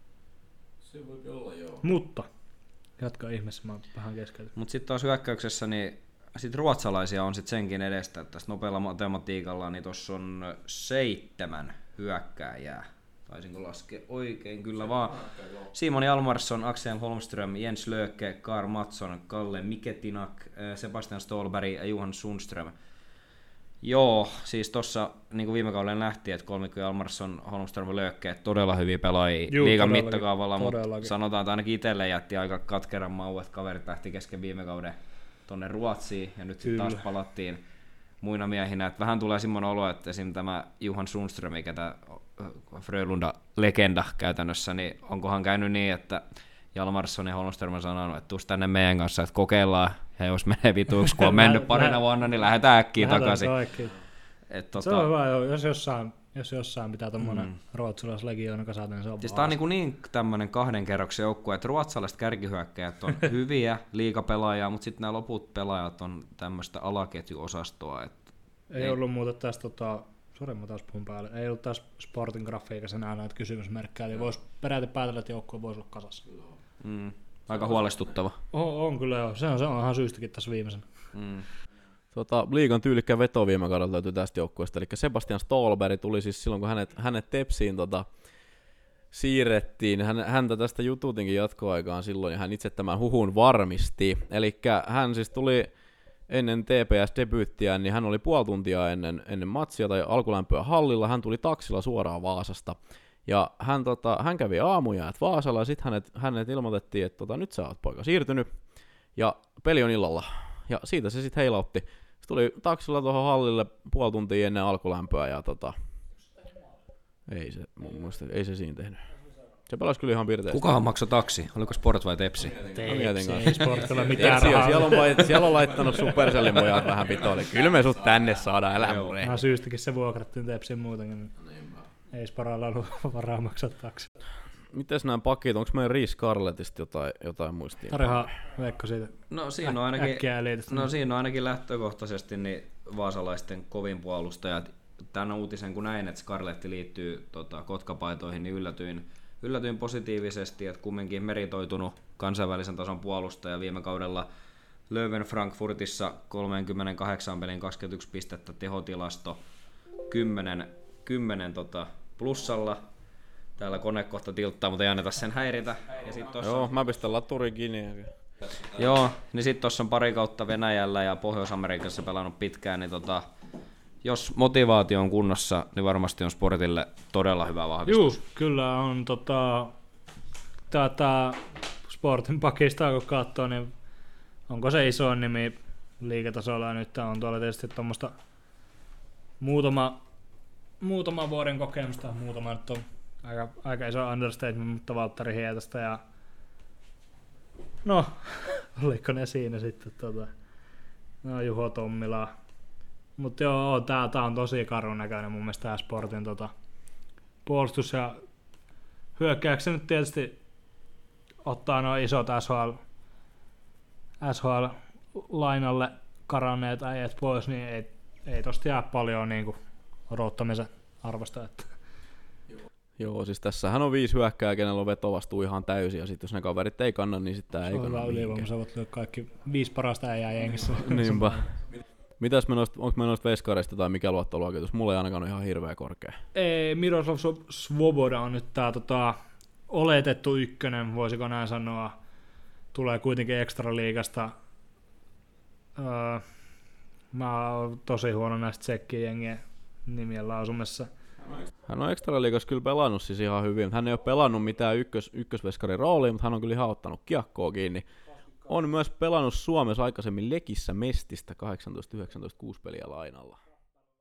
Se voi olla, joo. Mutta, jatka ihmeessä, mä oon vähän keskeltä. Mutta sitten taas hyökkäyksessä, niin sit ruotsalaisia on sit senkin edestä, että tässä nopealla matematiikalla, niin tuossa on seitsemän hyökkääjää. Taisinko laskea oikein? Kyllä vaan. Simon Jalmarsson, Axel Holmström, Jens Lööke, Karl Mattsson, Kalle Miketinak, Sebastian Ståhlberg ja Johan Sundström. Joo, siis tuossa niin kuin viime kaudella nähtiin, että kolmikko Jalmarsson, Holmström ja Lööke todella hyviä pelaajia Juu, liigan mittakaavalla, mutta sanotaan, että ainakin itselle jätti aika katkeran mau, että kaverit lähti kesken viime kauden tonne Ruotsiin ja nyt sitten taas palattiin muina miehinä. Että vähän tulee semmoinen olo, että esim. Tämä Johan Sundström, ketä Frölunda-legenda käytännössä, niin onkohan käynyt niin, että Jalmarsson ja Holmström on sanonut, että tuus tänne meidän kanssa, että kokeillaan, ja jos menee vituiksi, kun on mennyt parina vuonna, niin lähdetään äkkiä takaisin. Et, tota... Se on hyvä, jos jossain, jos jossain pitää tommonen mm. ruotsalaislegioona kasata, niin se on siis tää on niin, niin tämmönen kahden kerroksen joukkue, että ruotsalaiset kärkihyökkäjät on hyviä liigapelaajia, mutta sitten nämä loput pelaajat on tämmöistä alaketjuosastoa. Että ei, ei ollut muuta tästä, tota, sori mä taas puhun päälle, ei ollut taas Sportin grafiikassa enää näitä kysymysmerkkejä, eli vois peräti päätellä, että joukkue voisi olla kasassa. Mm. Aika huolestuttava. On, on kyllä joo, se on, se on ihan syystäkin tässä viimeisen. Mm. Tota, liigan tyylikkä veto viime kaudella löytyi tästä joukkueesta, eli Sebastian Ståhlberg tuli siis silloin, kun hänet, hänet Tepsiin tota, siirrettiin, hän, häntä tästä jututinkin jatkoaikaan silloin, ja hän itse tämän huhun varmisti, eli hän siis tuli ennen T P S-debyyttiään, niin hän oli puoli tuntia ennen, ennen matsia tai alkulämpöä hallilla, hän tuli taksilla suoraan Vaasasta, ja hän, tota, hän kävi aamujäät Vaasalla, ja sitten hänet, hänet ilmoitettiin, että tota, nyt sä oot poika siirtynyt, ja peli on illalla, ja siitä se sitten heilautti. Se tuli taksilla tuohon hallille puoli tuntia ennen alkulämpöä, ja tota, ei se, mun mielestä, ei se siinä tehnyt. Se pelasi kyllä ihan pirteästi. Kukahan maksoi taksi? Oliko Sport vai Tepsi? Tepsi, ei Sportilla mitään rahaa. Siellä on, siellä on laittanut Supercellin pojat vähän pitoon, eli kyllä me sut tänne saadaan elämään. Ihan syystäkin se vuokrattiin Tepsin muutenkin. Ei Sparalla ollut varaa maksaa taksi. Mites nämä pakit, onko meidän Reece Scarlettista jotain, jotain muistia? Tarjoaa Veikko siitä. No siinä on ainakin, no, siinä on ainakin lähtökohtaisesti niin vaasalaisten kovin puolustajat. Tänä uutisen kun näin, että Scarletti liittyy tota, Kotkapaitoihin, niin yllätyin, yllätyin positiivisesti, että kumminkin meritoitunut kansainvälisen tason puolustaja viime kaudella Löwen Frankfurtissa kolmekymmentäkahdeksan pelin kaksikymmentäyksi pistettä tehotilasto kymmenen, kymmenen tota, plussalla. Täällä kone kohta tilttaa, mutta ei anneta sen häiritä. Ja sit tossa... Joo, mä pistän laturin kiinni. Joo, niin sit tossa on pari kautta Venäjällä ja Pohjois-Amerikassa pelannut pitkään, niin tota, jos motivaatio on kunnossa, niin varmasti on Sportille todella hyvä vahvistus. Juu, kyllä on tota, tätä Sportin pakista kun katsoo, niin onko se iso nimi liigatasolla, ja nyt on tuolla tietysti tuommoista muutama, muutama vuoden kokemusta, muutama nyt on aika, aika iso understatement, mutta Valtteri Hietasta ja no, oliko ne siinä sitten tota, no Juho Tommila. Mutta joo, tää, tää on tosi karun näköinen mun mielestä tää Sportin tota, puolustus ja hyökkäyksi nyt tietysti ottaa nuo isot S H L, S H L-lainalle karanneet äijät pois, niin ei, ei tosta jää paljon niinku odottamisen arvosta. Että. Joo, siis tässähän on viisi hyökkää, kenellä on vetovastuu ihan täysin, ja sitten jos ne kaverit ei kanna, niin sitten tää ei kanna mihinkään. Se on hyvä ylivoima, sä voit lyödä kaikki viisi parasta äijää jengissä. Niinpä. Mitäs me noista, onko me noista veskareista tai mikä luottoluokitus? Mulla ei ainakaan ole ihan hirveä korkea. Ei, Miroslav Svoboda on nyt tää tota, oletettu ykkönen, voisiko näin sanoa. Tulee kuitenkin Extraliigasta. Öö, mä oon tosi huono näistä tsekkien jengien nimien lausumessa. Hän on Extraliigassa kyllä pelannut siis ihan hyvin, mutta hän ei ole pelannut mitään ykkös, ykkösveskarin roolia, mutta hän on kyllä ihan ottanut kiekkoa kiinni. On myös pelannut Suomessa aikaisemmin Lekissä Mestistä kahdeksantoista yhdeksäntoista kuusi peliä lainalla.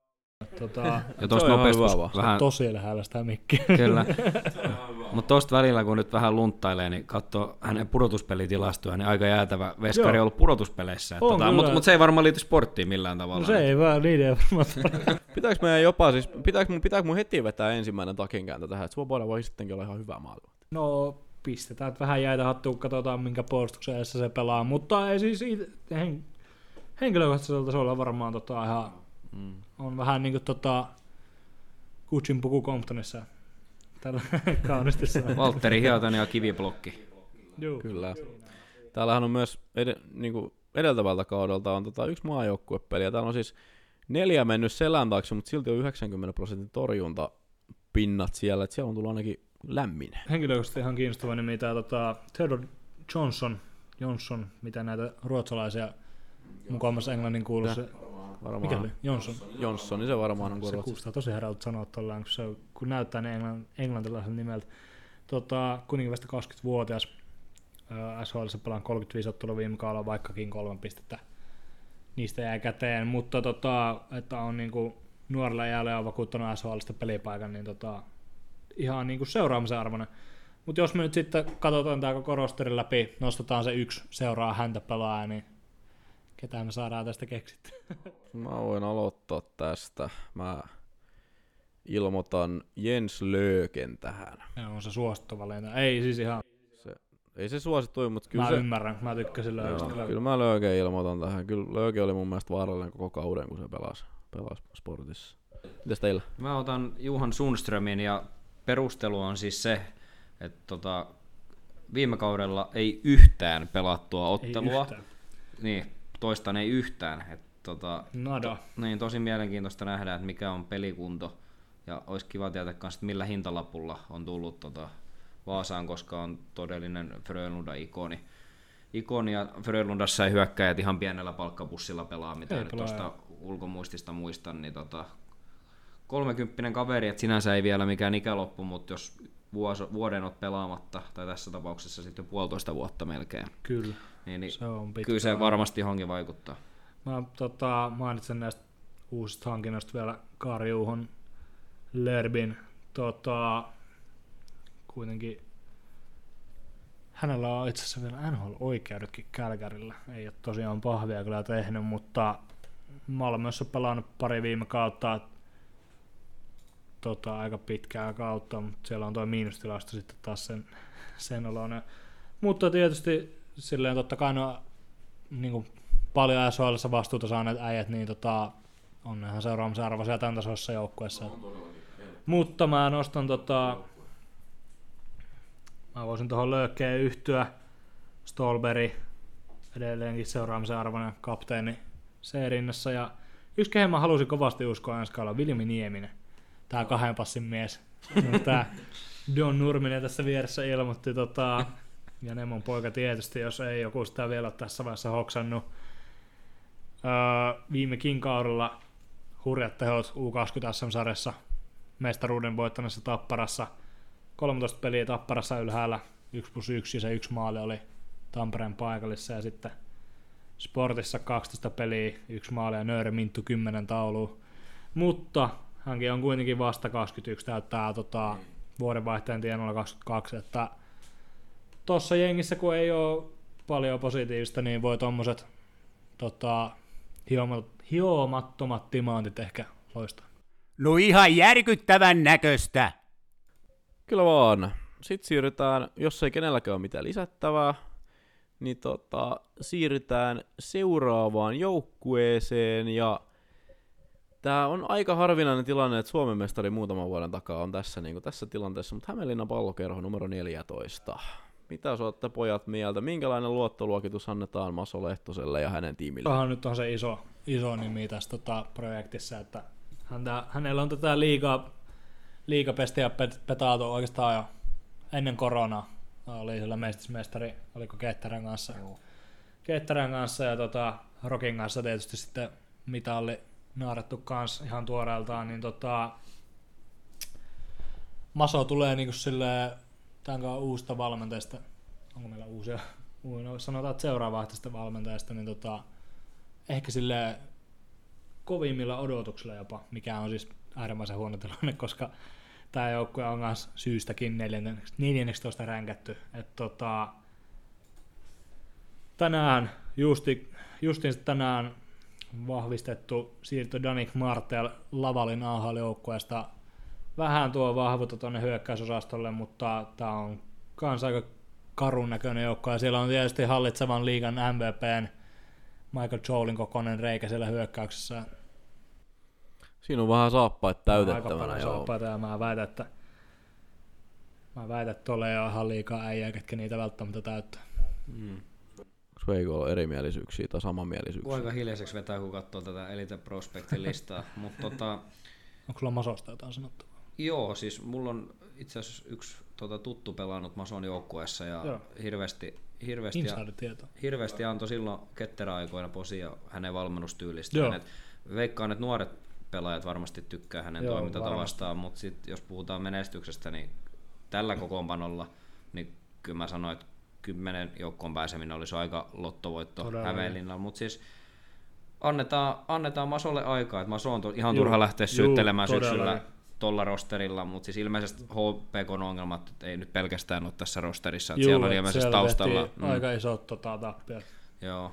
Tota, Ja tuosta Se on ihan nopeasti hyvä vaan. vähän... tosi lähellä sitä mikkiä. Kyllä. Mutta tuosta välillä, kun nyt vähän lunttailee, niin katsoo hänen pudotuspelitilastoja, niin aika jäätävä veskari on ollut pudotuspeleissä. Tota, Mutta mut se ei varmaan liity sporttiin millään tavalla. No se ei vaan, niiden ei varmaan. Pitääkö meidän jopa siis, pitääkö mun, pitääkö mun heti vetää ensimmäinen takinkääntö tähän, että Svoboda voi sittenkin olla ihan hyvä maali? No pistetään, että vähän jäitä hattuun, katsotaan minkä puolustuksen edessä se pelaa, mutta ei siis it, hen, henkilökohtaisesti se on varmaan tota ihan, mm. on vähän niinku tota Kutsin puku Comptonissa. Tällä kaunisti sanoo. Valtteri Hietanen ja kiviblokki. Juu. Kyllä. Täällähän on myös ed- niinku edeltävältä kaudelta on tota yksi maajoukkuepeli, ja täällä on siis neljä mennyt selän taakse, mutta silti on yhdeksänkymmentä prosentin torjuntapinnat siellä, että siellä on tullut ainakin lämmin. Henkilökohtaisesti ihan kiinnostava nimi tämä tota, Theodore Johnson, Johnson, mitä näitä ruotsalaisia mukaamassa englannin kuulussa. Varmaan. Mikä oli? Johnson. Johnson, niin se varmaan on Se korvattu. kuulostaa tosi herältä sanoa tollaan, kun, se, kun näyttää ne englann, englantilaisen nimeltä. Tota, kuitenkin vasta kaksikymmentävuotias. S H L:ssä pelaan kolmekymmentäviisi ottelua viime kaudella, vaikkakin kolme pistettä niistä jäi käteen. Mutta tota, että on niinku nuorella jäällä on vakuuttanut S H L:stä pelipaikan, niin tota, ihan niinku seuraamisen arvoinen. Mutta jos me nyt sitten katsotaan tämä koko rosterin läpi, nostetaan se yksi seuraa häntä pelaaja, niin ketään me saadaan tästä keksittyä? Mä voin aloittaa tästä. Mä ilmoitan Jens Löken tähän. Ja on se suosittu valinta. Ei siis ihan, Se, ei se suosittu, mutta kyllä mä se... ymmärrän, mä tykkäsin Löökestä. Joo, kyllä mä Löken ilmoitan tähän. Kyllä Löke oli mun mielestä vaarallinen koko kauden, kun se pelasi, pelasi sportissa. Mitäs teillä? Mä otan Johan Sundströmin ja perustelu on siis se, että tota, viime kaudella ei yhtään pelattua ottelua. Ei yhtään. Niin, toistaan ei yhtään. Et, tota, Nada. To, niin, tosi mielenkiintoista nähdä, että mikä on pelikunto. Ja olisi kiva tietää myös, millä hintalapulla on tullut tota Vaasaan, koska on todellinen Frölunda-ikoni. Ikoni ja Frölundassa ei hyökkäjät ihan pienellä palkkapussilla pelaa, mitä Ei nyt pelaa, tuosta ulkomuistista muistan. Niin tota, kolmekymppinen kaveri, että sinänsä ei vielä mikään ikäloppu, mutta jos vuos, vuoden olet pelaamatta, tai tässä tapauksessa sitten jo puolitoista vuotta melkein, Kyllä. niin, niin Se on pitkä kyllä se aika. varmasti johonkin vaikuttaa. Mä tota, mainitsen näistä uusista hankinnoista vielä Kaari Juhon Lerbin. Tota, kuitenkin hänellä on itse asiassa vielä N H L-oikeudetkin Kälkärillä. Ei ole tosiaan pahvia kyllä tehnyt, mutta Malmössä pelannut pari viime kautta. Tota, aika pitkää kautta, mutta siellä on tuo miinustilasto sitten taas sen, sen oloinen. Mutta tietysti silleen totta kai no, niin paljon S H L:ssä vastuuta saaneet äijät, niin tota, on ihan seuraamisen arvoisia tämän tasoisessa joukkueessa. Mutta mä nostan tota, mä voisin tuohon Löökkeen yhtyä, Stolberg edelleenkin seuraamisen arvoinen kapteeni C-rinnassa, ja yksi kehen mä halusin kovasti uskoa ensi kaudella, Viljami Nieminen, tää kahden passin mies. Tää Don Nurminen tässä vieressä ilmoitti, tota, ja Nemon poika tietysti, jos ei joku sitä vielä ole tässä vaiheessa hoksannut. Öö, viimekin kaudella hurjat tehot U kaksikymmentä S M-sarjassa, mestaruuden voittaneessa Tapparassa, kolmetoista peliä Tapparassa ylhäällä, yksi plus yksi, ja se yksi maali oli Tampereen paikallissa, ja sitten Sportissa kaksitoista peliä, yksi maali ja Nööri Minttu kymmenen tauluun. Mutta hänkin on kuitenkin vasta kaksikymmentäyksi, täyttää tota, vuodenvaihteen tienoilla kaksikymmentäkaksi, että tossa jengissä kun ei ole paljon positiivista, niin voi tommoset tota, hiomat, hiomattomat timantit ehkä loistaa. No ihan järkyttävän näköistä. Kyllä vaan. Sitten siirrytään, jos ei kenelläkään ole mitään lisättävää, niin tota, siirrytään seuraavaan joukkueeseen, ja tämä on aika harvinainen tilanne, että Suomen mestari muutaman vuoden takaa on tässä, niin kuin tässä tilanteessa, mutta Hämeenlinnan Pallokerho numero neljätoista. Mitä sä ootte pojat mieltä? Minkälainen luottoluokitus annetaan Maso Lehtoselle ja hänen tiimilleen? Tämähän nyt on se iso, iso nimi tässä tota, projektissa, että häntä, hänellä on tätä liigaa, liigapestiä pet, petaatu oikeastaan jo ennen koronaa. Oli siellä mestismestari, oliko Ketterän kanssa. Joo. Ketterän kanssa ja tota, Rokin kanssa tietysti sitten mitalli naarettu kanssa ihan tuoreeltaan, niin tota, Maso tulee niinku silleen tämän uusista valmentajista, onko meillä uusia, no, sanotaan, että seuraavaa tästä valmentajasta, niin tota, ehkä silleen kovimmilla odotuksilla jopa, mikä on siis äärimmäisen huono tilanne, koska tämä joukkue on myös syystäkin neljänneksitoista ränkätty. Et tota, tänään, justi, justiin tänään vahvistettu siirto Danik Martel Lavalin A H L-joukkueesta. Vähän tuo vahvuutta tuonne hyökkäysosastolle, mutta tämä on kans aika karun näköinen joukko. Ja siellä on tietysti hallitsevan liigan M V P:n Michael Jolin kokoinen reikä siellä hyökkäyksessä. Siinä on vähän saappaita täytettävänä. Aika paljon saappaita, ja mä väitän, että mä väitän, että tuolla ei ole ihan liikaa äijää, ketkä niitä välttämättä täyttää. Mm. Onko Veikolla erimielisyyksiä tai samanmielisyyksiä? Aika hiljaiseksi vetää, kun katsoo tätä Elite Prospectin listaa. Mut tota, onko sulla Masosta jotain sanottavaa? Joo, siis mulla on itse asiassa yksi tota, tuttu pelannut Mason joukkueessa ja joo. hirveästi, hirveästi, hirveästi antoi silloin ketteräaikoina posia hänen valmennustyylistään. Veikkaan, että nuoret pelaajat varmasti tykkää hänen joo, toimintatavastaan, mutta sit, jos puhutaan menestyksestä, niin tällä kokoonpanolla, niin kyllä mä sanoin, että kymmenen joukkoon pääseminen olisi aika lottovoitto Hämeenlinnalla, mutta siis annetaan, annetaan Masolle aikaa, että Maso on to, ihan turha lähteä syyttelemään juu, syksyllä tuolla rosterilla, mutta siis ilmeisesti H P K:n ongelmat ei nyt pelkästään ole tässä rosterissa, että juu, siellä on ilmeisesti taustalla mm. aika isot tota, tappiot. Joo.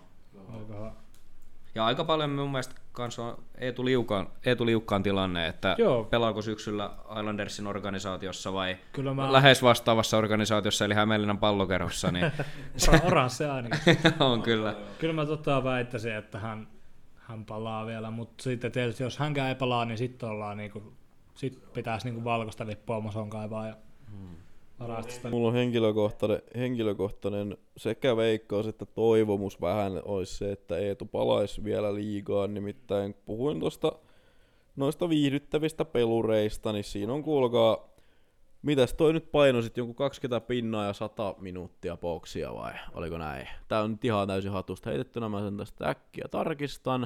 Ja aika paljon mun mielestä kanssa on Eetu Liukan, Eetu Liukkaan tilanne, että joo. pelaako syksyllä Islandersin organisaatiossa vai mä... lähes vastaavassa organisaatiossa, eli Hämeenlinnan Pallokerhossa. Niin... Oras se ainakin. on kyllä. Kyllä mä tota väittäisin, että hän, hän palaa vielä, mutta sitten tietysti jos hänkään ei palaa, niin sitten ollaan niinku, sit pitäisi niinku valkoista lippua Mason kaivaa ja hmm. Mulla on henkilökohtainen, henkilökohtainen sekä veikkaus että toivomus vähän olisi se, että Eetu palaisi vielä liigaan, nimittäin puhuin tuosta noista viihdyttävistä pelureista, niin siinä on kuulkaa, mitäs toi nyt paino sit jonkun kaksikymmentä pinnaa ja sata minuuttia boksia vai oliko näin? Tää on nyt ihan täysin hatusta heitettynä, mä sen tästä äkkiä tarkistan.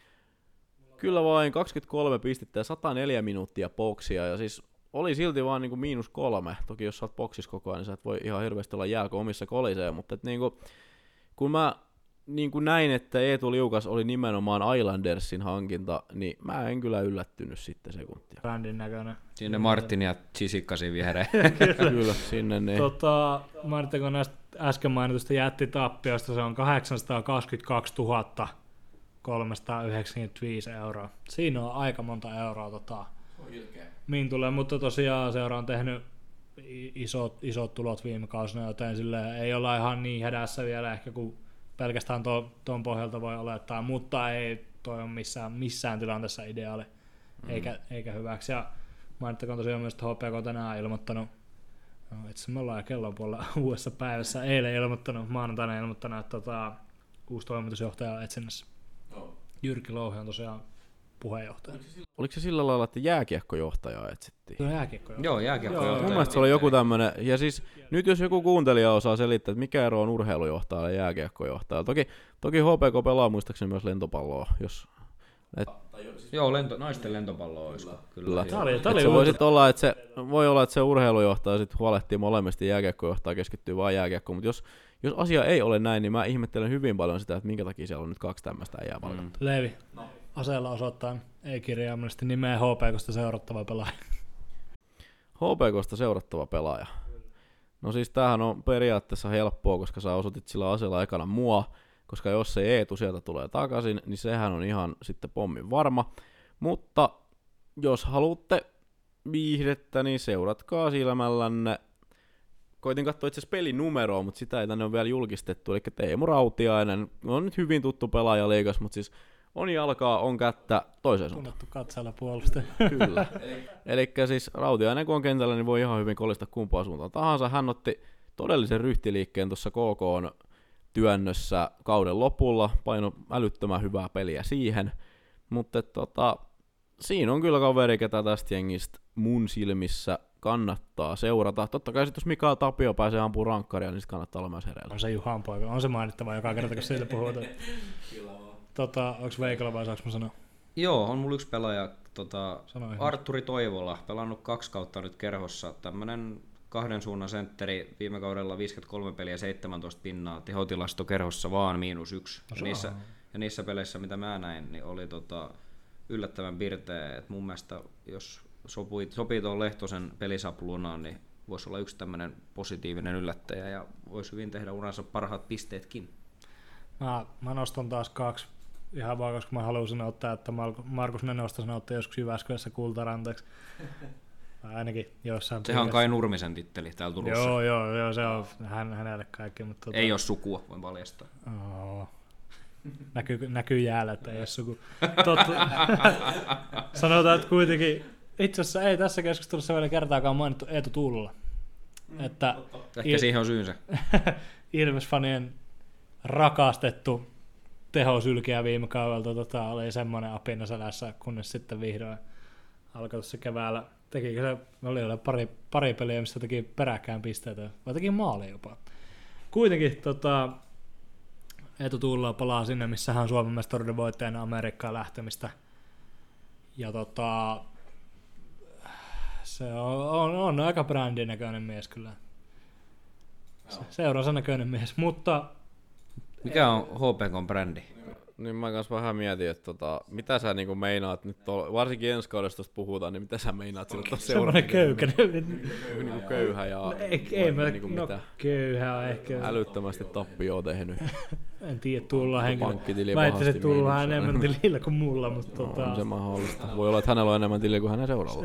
Kyllä vain kaksikymmentäkolme pistettä ja sata neljä minuuttia boksia ja siis oli silti vaan niinku miinus kolme. Toki jos sä oot boksissa koko ajan, niin sä et voi ihan hirveästi olla jääkö omissa koliseen, mutta et niinku, kun mä niinku näin, että Eetu Liukas oli nimenomaan Islandersin hankinta, niin mä en kyllä yllättynyt sitten sekuntia. Brändin näköinen. Sinne Martin ja Chisikkasin viereen. Kyllä, sinne niin. Tota, Martin, näistä äsken mainitusta jättitappioista, se on kahdeksansataakaksikymmentäkaksituhatta kolmesataayhdeksänkymmentäviisi euroa. Siinä on aika monta euroa. Tota, mihin tulee, mutta tosiaan seura on tehnyt isot, isot tulot viime kausina, joten ei olla ihan niin hädässä vielä ehkä kuin pelkästään tuon to, pohjalta voi olettaa, mutta ei toi ole missään, missään tilanteessa ideaali mm. eikä, eikä hyväksi. Ja mainittakoon tosiaan myös, että H P K tänään ilmoittanut, no itse me ollaan jo kellon puolella uudessa päivässä, eilen ilmoittanut, maanantaina ilmoittanut, että tota, uusi toimitusjohtaja on etsinnässä. Oh. Jyrki Louhi on tosiaan puheenjohtaja. Oliko se sillä lailla, että jääkiekkojohtajaa etsittiin? No jääkiekkojohtaja. Joo, jääkiekkojohtaja. Mun mielestä se oli joku tämmönen, ja siis nyt jos joku kuuntelija osaa selittää, että mikä ero on urheilujohtaja ja jääkiekkojohtaja. Toki, toki H P K pelaa muistaakseni myös lentopalloa, jos... Et... Joo, lento, naisten lentopalloa olisiko. Kyllä. Tää oli, tää oli se voi sit olla, että se, voi olla, että se urheilujohtaja sit huolehtii molemmista, jääkiekkojohtaja keskittyy vain jääkiekkoon, mutta jos, jos asia ei ole näin, niin mä ihmettelen hyvin paljon sitä, että minkä takia siellä on nyt kaksi tämmöistä äijää palkattu. Mm. Leevi. No. Aseella osoittaa ei-kirjaimellisesti nimeä H P K:sta seurattava pelaaja. H P K:sta seurattava pelaaja. No siis tämähän on periaatteessa helppoa, koska sä osoitit sillä aseella ekana mua, koska jos se Eetu sieltä tulee takaisin, niin sehän on ihan sitten pommin varma. Mutta jos haluatte viihdettä, niin seuratkaa silmällänne. Koitin katsoa itse asiassa pelinumeroa, mutta sitä ei tänne ole vielä julkistettu. Eli Teemu Rautiainen on nyt hyvin tuttu pelaaja liigas, mutta siis on jalkaa, on kättä toiseen suuntaan. Tunnettu katseella puolustaja. Kyllä. Eli siis Rautiainen kun on kentällä, niin voi ihan hyvin kolista kumpaan suuntaan tahansa. Hän otti todellisen ryhtiliikkeen tuossa K K:n työnnössä kauden lopulla. Paino älyttömän hyvää peliä siihen. Mutta tota, siinä on kyllä kaveri, ketä tästä jengistä mun silmissä kannattaa seurata. Totta kai sitten jos Mikael Tapio pääsee ampumaan rankkaria, niin sitten kannattaa olla myös hereillä. On se Juhan poika. On se mainittava joka kerta, kun siitä puhutaan. Tota, onko Veikolla vai saanko mä sanoa? Joo, on mulla yksi pelaaja, tota, Artturi Toivola, pelannut kaksi kautta nyt kerhossa. Tämmönen kahden suunnan sentteri, viime kaudella viisikymmentäkolme peliä, seitsemäntoista pinnaa, tehotilasto kerhossa vaan miinus yksi. No, ja, niissä, ja niissä peleissä, mitä mä näin, niin oli tota, yllättävän pirteä. Et mun mielestä jos sopii, sopii tuon Lehtosen pelisapluunaan, niin voisi olla yksi tämmöinen positiivinen yllättäjä ja voisi hyvin tehdä uransa parhaat pisteetkin. Mä, mä nostan taas kaksi ihan vaan, koska mä haluaisin ottaa, että Markus Nenosta sanotte joskus Jyväskylässä kultaranteeksi. Ainakin jossain. Sehän on Kai Nurmisen titteli täällä Turussa. Joo, joo, joo, se on hän, hänelle kaikki. Mutta tota... Ei ole sukua, voin paljastaa. Oh. Näkyy, näkyy jäällä, että ei ole suku. Totta. Sanotaan, että kuitenkin, itse asiassa ei tässä keskustelussa vielä kertaakaan mainittu Eetu Tuulola. Että Ehkä il- siihen on syynsä. Ilves-fanien rakastettu tehosylkiä viime kaudelta tota, oli semmoinen apina selässä, kunnes sitten vihdoin alkoi tuossa keväällä. Tekikö se, oli pari, pari peliä, missä teki peräkään pisteitä, vai teki maali jopa. Kuitenkin tota, Eetu Tuulola palaa sinne, missä hän on Suomen mestaruuden voittajana Amerikkaan lähtemistä. Ja tota, se on, on, on aika brändin näköinen mies kyllä. Se, seuransa näköinen mies, mutta... Mikä on H P K:n brändi? Niin mä kans vähän mietin, että tota, mitä sä niinku meinaat nyt, to, varsinkin ensi kaudesta tosta puhutaan, niin mitä sä meinaat sillä tuossa semmoinen köykäinen. Niinku köyhä ja... No, ei, ei mä, niinku no, mitä köyhä on ehkä... Älyttömästi tappioon tehnyt. En tiedä, tullaan henkilö. Pankkitili Väittäisin, että pahasti tullaan miinuksella. enemmän tilillä kuin mulla, mutta No, tota... on se mahdollista. Voi olla, että hänellä on enemmän tiliä kuin hänen seuralla.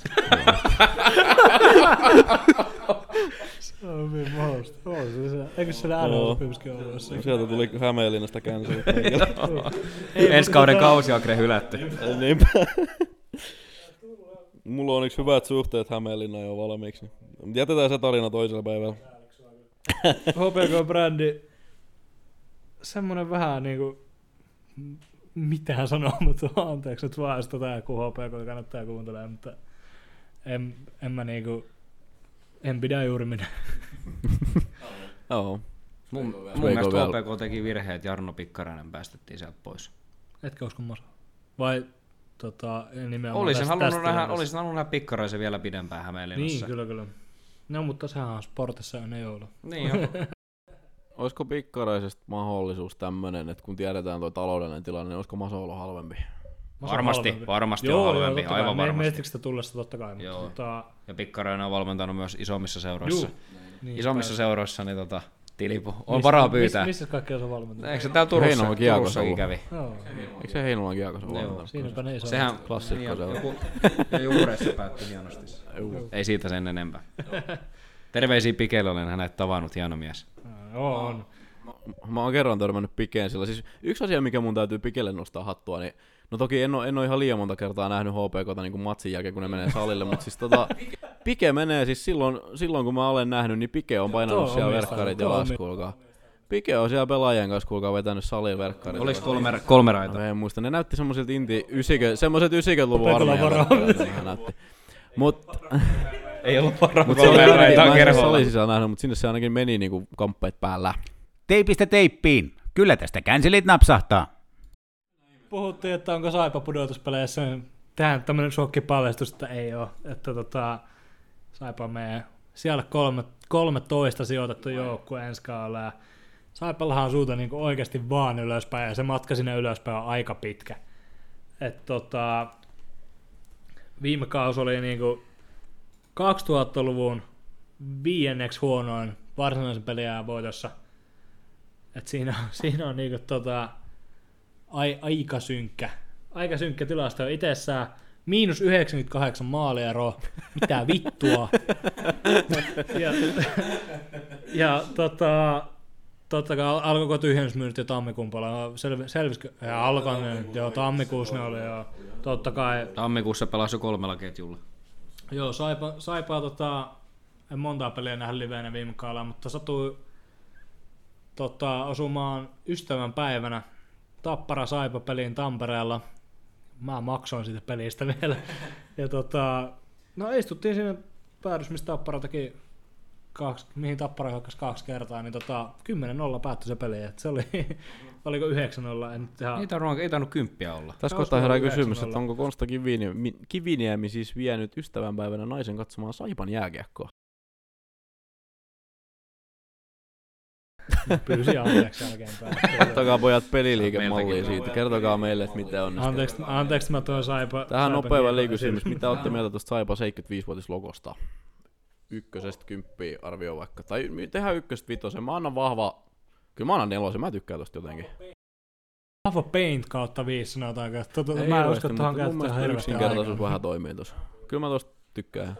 Se on hyvin mahdollista. On se se. Eikö siellä N H-sopimuskin ollut jossain? Sieltä tuli Hämeenlinnasta känselit. Ensi kauden kausiakre hylätty. Niinpä. Mulla on onneksi hyvät suhteet Hämeenlinnaan jo valmiiksi. Jätetään se tarina toisella päivällä. H P K-brändi, semmonen vähän niinku, mitään sanoa, mutta anteeksi nyt vaan, jos tota joku H P K kannattaa kuuntelemaan, mutta en, en mä niinku, en pidä juuri minä. Joo. Mun, mun mielestä H P K teki virheet, Jarno Pikkarainen päästettiin sieltä pois. Etkö usko Masa? Vai tota, nimenomaan Olisin tästä, halunnut tästä nähdä, olisin halunnut nähdä Pikkaraisen vielä pidempään Hämeenlinnassa. Niin, kyllä, kyllä. No, mutta sehän on sportissa ennen joulua. Niin jo. Olisiko Pikkaraisesta mahdollisuus tämmönen, että kun tiedetään tuo taloudellinen tilanne, niin olisiko Maso ollut halvempi? Masa Varmasti, halvempi. varmasti joo, on halvempi, joo, aivan Me, varmasti. Mestiksestä tullessa totta kai. Mutta, Joo. tota, Ja Pikkarainen on valmentanut myös isommissa seuroissa. niin, isommissa päin. seuroissa niin tota, tilipu. On Missä- varaa pyytää. Missä, missä kaikkea se on valmentanut? Eikö se täällä Turussa, Heinolan Kiekossa Turussakin ollut. kävi? Joo. Eikö se Heinolan Kiekossa Joo. valmentanut? Siinäpä ne iso. Sehän Klassikko se on. joku, ja juureissa päättyi hienosti. Ei siitä sen enempää. Terveisiä Pikelle, olen hänet tavannut, hieno mies. Joo, on. Mä oon kerran törmännyt Pikeen sillä. Siis yksi asia, mikä mun täytyy Pikelle nostaa hattua, niin no toki en oo, en oo ihan liian monta kertaa nähnyt H P K:ta niin kuin matsin jälkeen, kun ne menee salille, mutta siis tota, Pike menee siis silloin, silloin kun mä olen nähnyt, niin Pike on painanut Tuo siellä omistaa, verkkarit ja tuo las, kuulkaa. Pike on siellä pelaajien kanssa, kuulkaa, vetänyt salin verkkarit. Oliko kolme, kolme raita? No, en muista, ne näytti semmoisilta inti, ysikö, semmoiset yhdeksänkymmentäluvun Pekola armeijan varaa. verkkarit, ne näytti. Mut, Ei ollut varaa mut kolme siellä raitaa mä en siis kerholla. salin sisällä nähnyt, mutta sinne se ainakin meni niinku kamppeet päällä. Teipistä teippiin. Kyllä tästä känselit napsahtaa. Puhuttiin, että onko Saipa pudotuspeleissä, niin tähän tämmönen shokkipaljastus, että ei oo. Että tota, Saipa menee siellä kolme, kolmetoista sijoitettu joukkue ensi kaudella. Ja Saipallahan on suuta niinku oikeasti vaan ylöspäin, ja se matka sinne ylöspäin on aika pitkä. Et tota, viime kausi oli niinku kaksituhattaluvun viienneksi huonoin varsinaisen peliajan voitossa. Et siinä, siinä on niinku tota, ai, aika synkkä. Aika synkkä tilasto itsessään. Miinus yhdeksänkymmentäkahdeksan maalia, mitä vittua. ja ja tota, totta kai alkoiko tyhjennysmyynnit jo tammikuun puolella. Sel, selvisikö? Ja alkoi ne, joo, tammikuussa ne oli jo. Totta kai. Tammikuussa pelasi jo kolmella ketjulla. Joo, Saipa, Saipaa tota, en montaa peliä nähdä liveenä viime kaudella, mutta satui tota, osumaan ystävänpäivänä Tappara Saipa peliin Tampereella. Mä maksoin siitä pelistä vielä. Ja tota, no istuttiin siinä päädys, missä Tappara teki kaksi, mihin Tappara hyökkäsi kaksi kertaa, niin tota, kymmenen nolla päättyi se peli. Et se oli, oliko yhdeksän nolla, en nyt ihan... Ei tainnut, ei tainnut kymppiä olla. Tässä Olisiko kohtaa herää ollut kysymys, yhdeksän että onko Konsta Kiviniemi, Kiviniemi siis vienyt ystävänpäivänä naisen katsomaan Saipan jääkiekkoa? Pyysin anteeksi jälkeenpäin. Kertokaa pojat peliliikemallia siitä. Kertokaa meille, että miten on. Anteeksi, anteeksi mä toin Saipa. Tähän nopea välikysymys. Mitä olette mieltä tuosta Saipa seitsemänkymmentäviisivuotislogosta? Ykkösestä kymppiä arvio vaikka. Tai tehdään ykkösestä vitosen. Mä annan vahva. Kyllä mä annan nelosen. Mä tykkään tosta jotenkin. Vahva paint kautta viisi sanotaan. Tota, Ei mä en hirveästi, usko, että tuohon mutta mun käyttää mielestä hirveästi yksinkertaisuus aikaa. vähän toimii tossa. Kyllä mä tosta tykkään.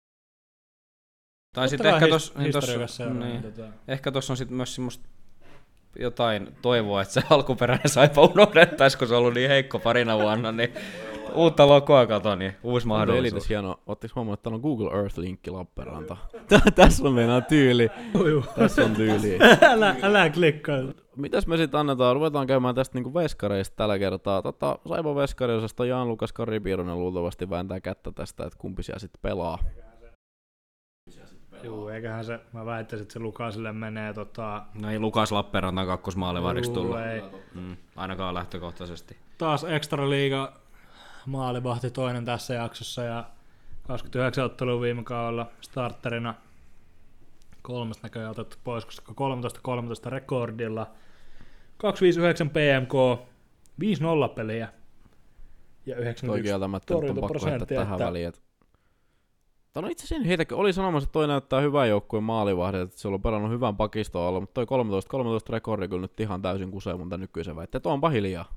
Tai Totta sitten kai ehkä his- tossa, niin historiakas tossa, seuraa, niin, tota. ehkä tossa on sitten myös semmoista jotain toivoa, että se alkuperäinen Saipa unohdettaisi, kun se on ollut niin heikko parina vuonna, niin uutta logoa kato, niin uusi mahdollisuus. Elites hieno. Ootteko huomannut, että täällä on Google Earth-linkki Lappeenranta? Tässä on meinaa tyyli. Tässä on tyyli. älä, älä klikkaa. Mitäs me sitten annetaan? Ruvetaan käymään tästä niinku veskareista tällä kertaa. Tota, Saipa veskariosasta Jaan Lukas Kari Piironen luultavasti vääntää kättä tästä, että kumpi siellä sitten pelaa. Juu, eiköhän se, mä väittäisin, että se Lukasille menee tota... No ei Lukas Lappeenrannan kakkosmaalivahdiksi Juu, tullut. ei. Mm, ainakaan lähtökohtaisesti. Taas Extra Liiga maalivahti toinen tässä jaksossa ja kaksikymmentäyhdeksän ottelua viime kaudella starterina. Kolmesta näköjään otettu pois, koska kolmetoista kolmetoista rekordilla. kaksisataaviisikymmentäyhdeksän P M K, viisi nolla peliä ja Toi yhdeksänkymmentäyksi kieltämättä nyt on pakko heittää torjuntaprosenttia. tähän väliin. Et... Tämä on itse asiassa heitäkin. Oli sanomassa, että toi näyttää hyvän joukkueen maalivahdin, että se on pelannut hyvän pakistoa alla, mutta toi kolmetoista kolmetoista rekordi kyllä nyt ihan täysin kusee mun tän nykyisen väitteen. Onpa hiljaa.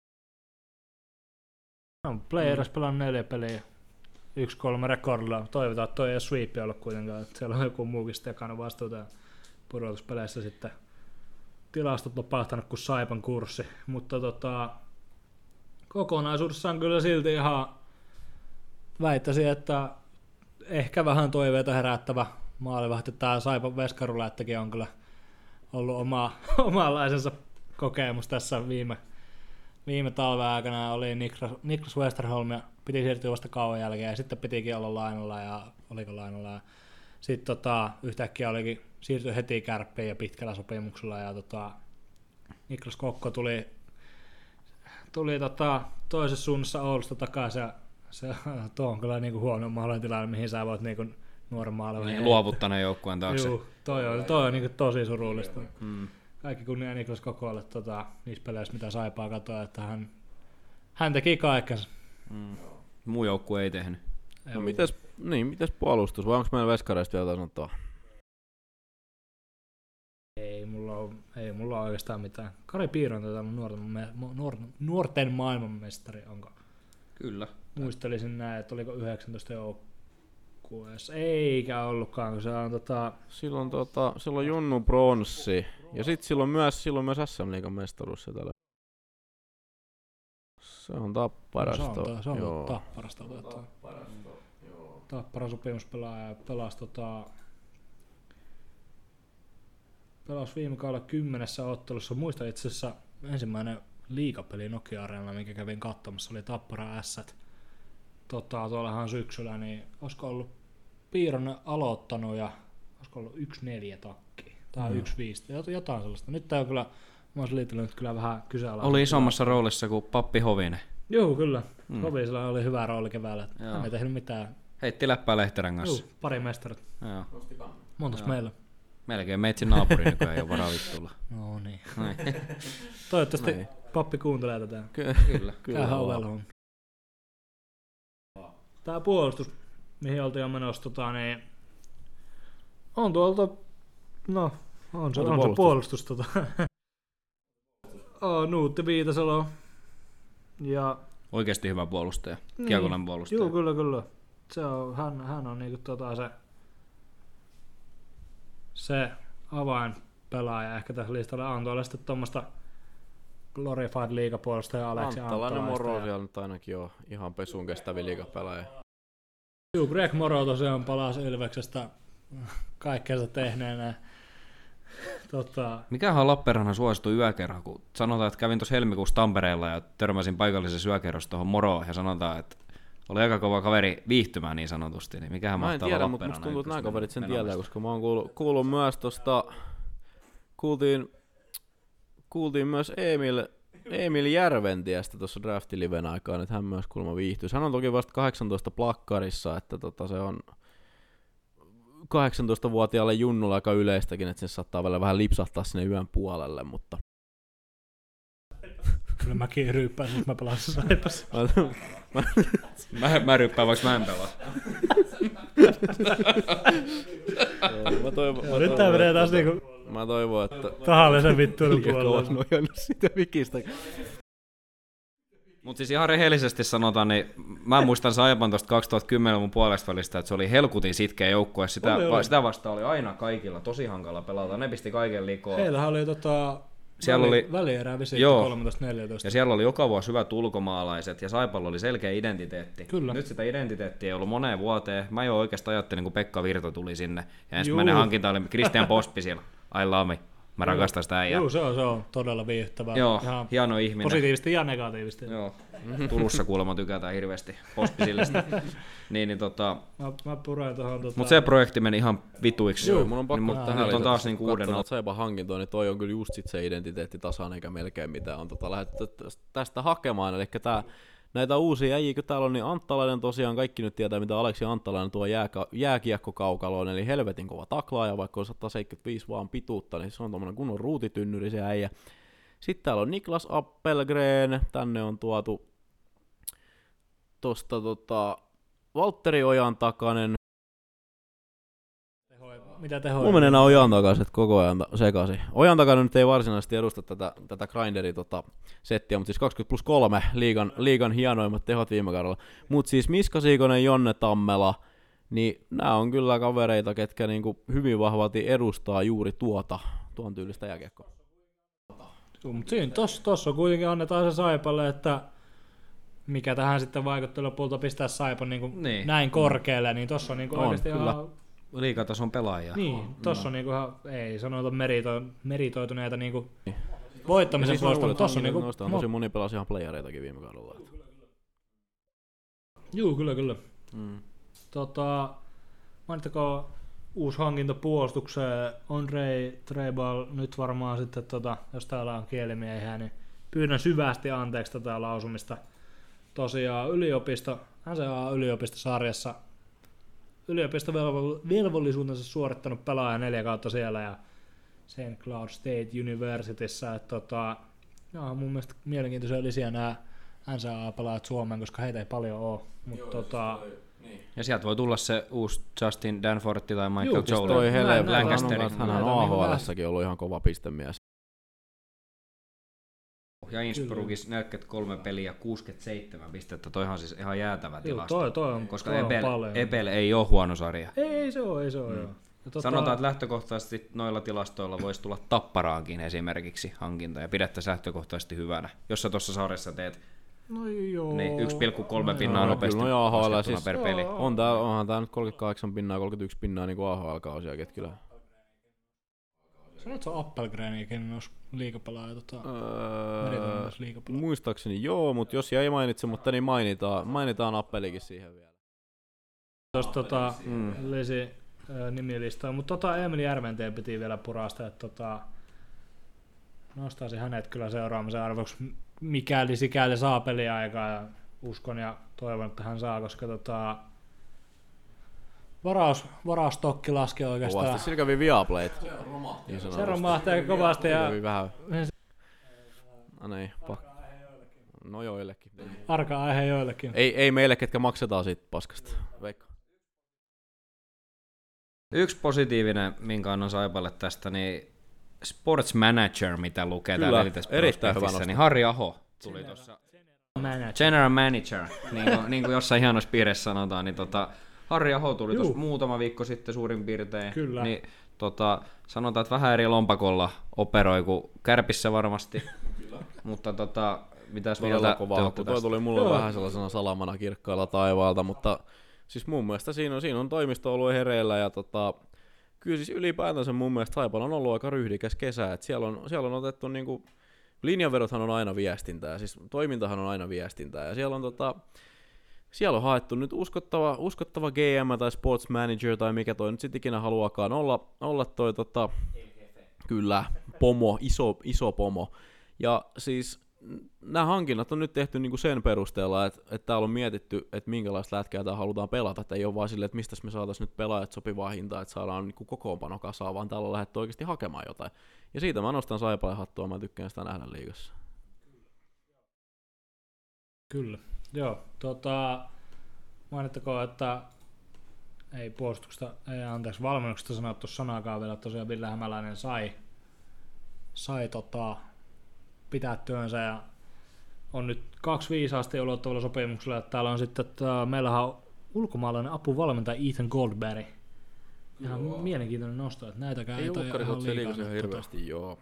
No, Players pelannut neljä peliä. Yksi kolme rekordilla. Toivotaan, että toi ei ole sweepi ollut kuitenkaan. Että siellä on joku muukin sitten ekana vastuuta ja pudotuspeleissä sitten tilastot lopahtanut kuin Saipan kurssi. Mutta tota, kokonaisuudessaan kyllä silti ihan väittäisin, että ehkä vähän toiveita herättävä maalivahti. Tää Saipan veskarulättäkin on kyllä ollut oma, omanlaisensa kokemus tässä viime Viime talven aikana oli Niklas, Niklas Westerholm ja piti siirtyä vasta kauan jälkeen ja sitten pitikin olla lainalla ja oliko lainalla. Ja sitten tota, yhtäkkiä olikin siirtyi heti Kärppiin ja pitkällä sopimuksella ja tota, Niklas Kokko tuli, tuli tota, toisessa suunnassa Oulusta takaisin ja se, tuo on kyllä niinku huono mahdollinen tilanne, mihin sä voit niinku normaali. Niin, luovuttaneen joukkueen taakse. Juu, toi on, toi on niinku tosi surullista. Mm. Kaikki kunnia Niklas Kokolle tota, niissä peleissä, mitä Saipaa katoa, että hän, hän teki kaikkensa. Mm. Muu joukkue ei tehnyt. No mites, niin, mites puolustus? Vai onko meillä veskareista vielä sanottavaa? Ei mulla ole, ei mulla ole oikeastaan mitään. Kari Piiron tätä nuorten, me, nuor, nuorten maailmanmestari, onko? Kyllä. Muistelisin näin, että oliko yhdeksäntoista joukkueessa. Eikä ollutkaan, kun se on tota... Silloin, tota, silloin Junnu bronssi. Ja sit silloin myös, silloin myös S M-liigan mestaruus se tällä. Se on Tapparasta. No, se on, se on joo. Tapparasta otettu. Tapparan sopimuspelaaja pelasi tota... Pelasi viime kaudella kymmenessä ottelussa. Muistan itse asiassa ensimmäinen liigapeli Nokia-areenalla, minkä kävin katsomassa, oli Tappara Ässät. Tota, tuollahan syksyllä, niin olisiko ollut Piironen aloittanut ja olisiko ollut yksi neljä takki tai Mm. yksi viisi, jotain sellaista. Nyt tää on kyllä, mä oon liittynyt kyllä vähän kyseenalaista. Oli isommassa roolissa kuin Pappi Hovinen. Joo, kyllä. Mm. Hovisella oli hyvä rooli keväällä. Joo. Hän ei tehnyt mitään. Heitti läppää Lehterän kanssa. Joo, pari mestarit. Joo. Montas Joo. meillä? Melkein meitsin naapuri nykyään ei ole varaa vittuilla. No niin. Noin. Toivottavasti Niin. pappi kuuntelee tätä. Ky- Kyllä. Käydään ovella. Tää puolustus, mihin oltiin jo menossa, tota, niin on tuolta, no, on se, Onko on se puolustus? puolustus. Tota. on Nuutti Viitasalo. Ja, Oikeasti hyvä puolustaja. Niin. Kiekolan puolustaja. juu, kyllä, kyllä. Se on, hän, hän on niinku tota se, se avainpelaaja ehkä tässä listalla. On tuolla sitten tuommoista glorified liigapuolustaja Aleksi Anttalainen Anttalaista. Moro ja- siellä nyt ainakin on ihan pesuun kestäviä liigapelaaja. Juu, Greg Moro tosiaan palasi Ilveksestä kaikkeensa tehneenä. Tota, Mikähän on Lappeenrannan suosittu yökerho, kun sanotaan, että kävin tuossa helmikuussa Tampereella ja törmäsin paikallisessa yökerrossa tuohon Moroon ja sanotaan, että oli aika kova kaveri viihtymään niin sanotusti, niin mikähän Mä en mahtaa tiedä, olla mutta musta tuntuu, että nämä ykkösmen- kaverit sen menomista. tietää, koska mä oon kuullut, kuullut myös tosta, kuultiin, kuultiin myös Emil, Emil Järventiestä tuossa draftiliven aikaan, että hän myös kuulemma viihtyy. Hän on toki vasta kahdeksantoista plakkarissa, että tota se on kahdeksantoistavuotiaalle junnulle aika yleistäkin, että se saattaa vielä vähän lipsahtaa sinne yön puolelle, mutta... Kyllä mäkin ryyppään, jos mä pelaan se Saipassa. mä, mä ryyppään, vaikka mä en pelaa. mä toivon, Joo, nyt tää menee taas niinku... Mä toivon, että... Tahallisen vittuilun puolella. Liian nojannut sitä vikistä. Mut siis ihan rehellisesti sanotaan, niin mä muistan Saipan tuosta kaksituhattakymmenen mun puolesta välistä, että se oli helkutin sitkeä joukkue. Sitä, oli, oli. sitä vastaan oli aina kaikilla tosi hankala pelata. Ne pisti kaiken likoon. Heillähän oli tota... Siellä väli, oli välierää visiin kolmetoista neljätoista. Ja siellä oli joka vuosi hyvät ulkomaalaiset ja Saipalla oli selkeä identiteetti. Kyllä. Nyt sitä identiteettiä ei ollut moneen vuoteen. Mä jo oikeastaan ajattelin, kun Pekka Virta tuli sinne. Ja ensimmäinen Juu. hankinta oli Christian Pospisil. I love me. Mä rakastan sitä äijää. Joo, se on, se on todella viihdyttävää. Joo, hieno ihminen. Positiivisesti ja negatiivisesti. Joo. Turussa kuulemma tykätään hirveästi Pospisillistä. niin, niin tota... Mä, mä puren tohon tota... Mut se projekti meni ihan vituiksi. Joo, mun on pakko niin, tähän on taas niin uuden... Katsotaan Saipan hankintoa, niin toi on kyllä just sit se identiteetti tasaan eikä melkein mitään on tota lähdetty tästä hakemaan. Eli tää, näitä uusia äijiä, kun täällä on, niin Anttalainen tosiaan, kaikki nyt tietää mitä Aleksi Anttalainen tuo jääka, jääkiekkokaukaloon, eli helvetin kova taklaaja, vaikka on sata seitsemänkymmentäviisi vaan pituutta, niin se on tommonen kunnon ruutitynnyri se äijä. Sitten täällä on Niklas Appelgren, tänne on tuotu tosta tota Valtteri Ojantakainen. Mitä tehoja? Mulla menee nää Ojantakaiset koko ajan sekaisin. Ojantakainen nyt ei varsinaisesti edusta tätä, tätä Grinderin tota, settiä, mutta siis kaksikymmentä plus kolme liigan, liigan hienoimmat tehot viime kaudella. Mutta siis Miska Siikonen, Jonne Tammela, niin nämä on kyllä kavereita, ketkä niinku hyvin vahvalti edustaa juuri tuota, tuon tyylistä jääkiekkoa. Mutta siinä tossa, tossa kuitenkin annetaan se Saipalle, että mikä tähän sitten vaikutti lopulta pistää Saipan niinku niin. näin korkealle, niin tossa on niinku on, oikeasti kyllä. ihan... Liigatason pelaajia. Niin, tossa no. on niinku ihan, ei sanota merito, meritoituneita niinku voittamisen siis puolesta, mutta tossa on niinku... Noista on tosi moni pelasi ihan playereitakin viime kaudella. Juu, kyllä, kyllä. Mm. Tota, mainittakoon uusi hankinta puolustukseen, Andrei Trebal, nyt varmaan sitten, tota, jos täällä on kielimiehiä, niin pyydän syvästi anteeksi tätä lausumista. Tosiaan yliopisto, N C A A-yliopistosarjassa yliopistovelvollisuutensa suorittanut pelaaja neljä kautta siellä ja Saint Cloud State Universityssä. Että tota, joo, mun mielestä mielenkiintoisia lisiä nämä N C A A-pelaajat Suomeen, koska heitä ei paljon ole. Mut joo, tota, niin. Ja sieltä voi tulla se uusi Justin Danforth tai Michael Juu, Joel. Toi Hele, Lancasterin. hän on A H L:ssäkin ollut ihan kova pistemies. Ja Innsbruckissa neljäkymmentäkolme peliä, kuusikymmentäseitsemän pistettä, toihan siis ihan jäätävä tilasto. Joo, toi, toi on, koska toi Ebel, on Ebel ei ole huono sarja. Ei, ei se ole, ei se ole. Mm. Tota... Sanotaan, että lähtökohtaisesti noilla tilastoilla voisi tulla Tapparaankin esimerkiksi hankinta ja pidettäisiin lähtökohtaisesti hyvänä. Jos sä tuossa sarjassa teet no joo. Niin yksi pilkku kolme no pinnaa joo, nopeasti kyllä, no A H L siis per peli. On tää, onhan tää nyt kolmekymmentäkahdeksan pinnaa, kolmekymmentäyksi pinnaa niin kuin A H L-kausiakin, kyllä. Sanoit, että se on Appelgrenikin olisi liigapelaaja, tota, öö, liigapelaaja. Muistaakseni joo, mutta jos jäi mainitse, mutta niin mainitaan, mainitaan Appelikin siihen vielä. Tuossa tota, mm. lisi äh, nimilistaa, mutta tota Emil Järventeen piti vielä purasta, että tota, nostaisin hänet kyllä seuraamisen arvoksi, mikäli sikäli saa peliaikaa ja uskon ja toivon, että hän saa, koska tota, Varaus, varaustokki laski oikeastaan. Kovasti, sillä kävi Viaplay. Se romahti aika kovasti. Ja... Kävi vähän... No niin, pak... No joillekin. Arka aihe joillekin. Ei, ei meille, ketkä maksetaan siitä paskasta. Veikka. Yksi positiivinen, minkä annan Saipalle tästä, niin Sports Manager, mitä lukee Kyllä, täällä Elites Prospectissa, niin Harri Aho tuli tuossa. General Manager, niin kuin, niin kuin jossain hienossa piirissä sanotaan, niin tota, Harri Aho tuli tuossa muutama viikko sitten suurin piirtein. Kyllä. Niin, tota, sanotaan, että vähän eri lompakolla operoi kuin Kärpissä varmasti. Mutta tota, mitäs mieltä te olette tästä? Tuo tuli mulle Joo. vähän sellaisena salamana kirkkaalla taivaalta, mutta siis mun mielestä siinä on, siinä on toimisto ollut hereillä ja tota, kyllä siis ylipäätänsä mun mielestä Saipalla on ollut aika ryhdikäs kesä, että siellä on, siellä on otettu niinku, linjanvedothan on aina viestintää, siis toimintahan on aina viestintää ja siellä on tota, siellä on haettu nyt uskottava, uskottava G M tai sports manager tai mikä toi nyt sit ikinä haluakaan olla, olla toi tota, kyllä, pomo, iso, iso pomo. Ja siis nämä hankinnat on nyt tehty niinku sen perusteella, että, että täällä on mietitty, että minkälaista lätkää täällä halutaan pelata. Että ei ole vaan silleen, että mistä me saataisiin nyt pelaajat sopivaa hintaa, että saadaan niinku kokoonpano kasaan, vaan täällä on lähdetty oikeasti hakemaan jotain. Ja siitä mä nostan Saipalle hattua, mä tykkään sitä nähdä liigassa. Kyllä. Joo, tota, mainittakoon, että ei puolustuksesta, ei anteeksi, valmennuksesta sanottu sanaakaan vielä, tosiaan Ville Hämäläinen sai, sai tota, pitää työnsä ja on nyt kaksi viisaasti ulottuvalla sopimuksella, että täällä on sitten, että meillähän on ulkomaalainen apuvalmentaja Ethan Goldberry. Ihan joo. Mielenkiintoinen nosto, että näitäkään ei, ei ole ihan liikaa ihan hirveästi, tota. Joo.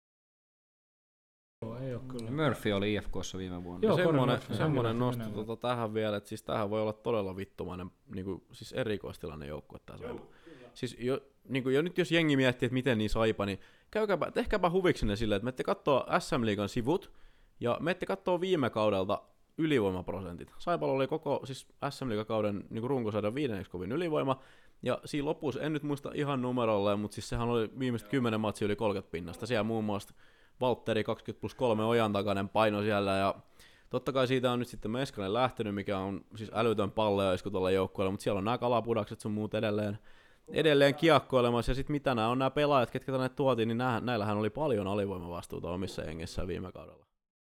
Joo, ei ole kyllä. Murphy oli I F K:ssa viime vuonna. Joo, semmoinen, semmoinen nosto tota, tähän vielä, että siis tämähän voi olla todella vittumainen niin kuin, siis erikoistilanne joukkue tää Saipa. Siis jo, niin kuin, jo nyt jos jengi miettii, että miten niin Saipa, niin käykääpä, tehkääpä huviksenne silleen, että menette kattoo S M-liigan sivut ja menette kattoo viime kaudelta ylivoimaprosentit. Saipalla oli koko siis S M-liigakauden niin runkosarjan viidenneksi kovin ylivoima, ja siinä lopussa, en nyt muista ihan numerolle, mutta siis sehän oli viimeiset kymmenen matsia yli kolmekymmentä pinnasta. Siellä muun muassa Valtteri kaksikymmentä plus kolme ojan takainen paino siellä, ja totta kai siitä on nyt sitten Meskanen lähtenyt, mikä on siis älytön palleoisku tuolla joukkueella, mutta siellä on nämä kalapudakset sun muut edelleen, edelleen kiekkoilemassa, ja sitten mitä nämä on nämä pelaajat, ketkä tänne tuotiin, niin nää, näillähän oli paljon alivoimavastuuta omissa jengissään viime kaudella.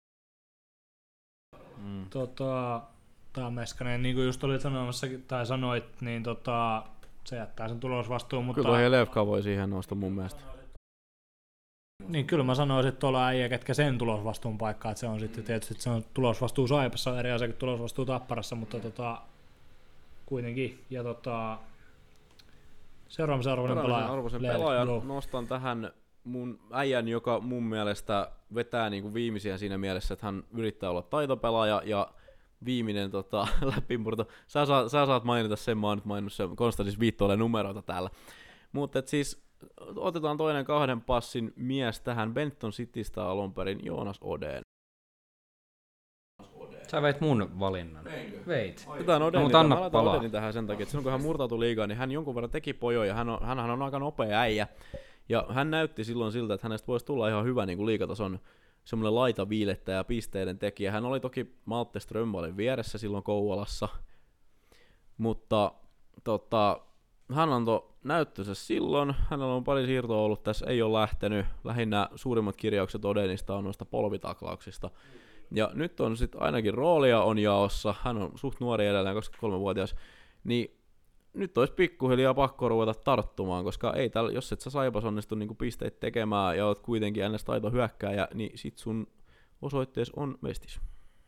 Mm. Tota, tää Meskanen, niin kuin just olit sanomassa, tai sanoit, niin tota, se jättää sen tulosvastuun, mutta... Kyllä Helevka voi siihen nousta mun mielestä. Niin kyllä mä sanoisin, että tuolla äijä, ketkä sen tulosvastuun paikkaa, että se on sitten tietysti, että se on tulosvastuu Saipassa eri asia kuin tulosvastuu Tapparassa, mutta tota, kuitenkin, ja tota, seuraamisen arvoinen pelaaja. Arvoisen pelaajan nostan tähän mun äijän, joka mun mielestä vetää niinku viimeisiä siinä mielessä, että hän yrittää olla taitopelaaja ja viimeinen tota, läpimurto. Sä, saa, sä saat mainita sen, mä oon nyt maininnut sen, Konstantis viittoille numeroita täällä. Mutta siis otetaan toinen kahden passin mies tähän Benton Citystä alun perin, Joonas Odén. Sä veit mun valinnan. Veinkö? Veit. Otetaan Odénin, no, mutta anna mä palaa. Odénin tähän sen takia, että silloin kun hän murtautui liigaan, niin hän jonkun verran teki pojoja, hän on, hänhän on aika nopea äijä. Ja hän näytti silloin siltä, että hänestä voisi tulla ihan hyvä niin kuin liigatason semmoinen laitaviilettäjä ja pisteiden tekijä. Hän oli toki Malte Strömvalin vieressä silloin Kouvolassa, mutta tota, hän antoi näyttönsä silloin. Hänellä on pari siirtoa ollut tässä, ei ole lähtenyt. Lähinnä suurimmat kirjaukset Odénista on noista polvitaklauksista. Ja nyt on sitten ainakin roolia on jaossa. Hän on suht nuori edelleen, kaksikymmentäkolmevuotias. Niin nyt olisi pikkuhiljaa pakko ruveta tarttumaan, koska ei tällä, jos et sä Saipas onnistu niinku pisteitä tekemään ja oot kuitenkin ns. Taito hyökkääjä, niin sit sun osoitteessa on mestis.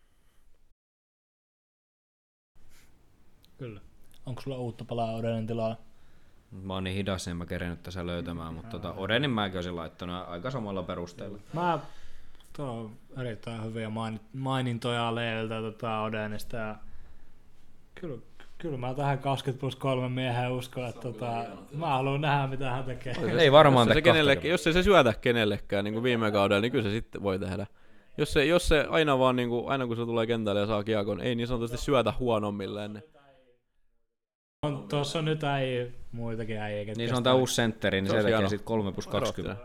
Kyllä. Onko sulla uutta palaa Odénin tilaa? Mä oon niin hidas, en mä kerennyt tässä löytämään, mutta tota, Odénin mäkin olisin laittanut aika samalla perusteella. Mä tuo on erittäin hyviä mainintoja Leeltä tota Odénista ja kyllä Kyllä mä tähän kaksikymmentä plus kolme miehen uskon, että tota, mä haluan nähdä mitä hän tekee. Ei varmaan jos, se jos ei se syötä kenellekään niin kuin viime kaudella, niin kyllä se sitten voi tehdä. Jos se, jos se aina vaan, niin kuin, aina kun se tulee kentälle ja saa kiekon, ei niin sanotusti syötä huonommilleen. On, tuossa on nyt äijä, muitakin äijä. Niin se on tää uusi sentteri, niin se, se tekee sitten kolme plus kaksikymmentä.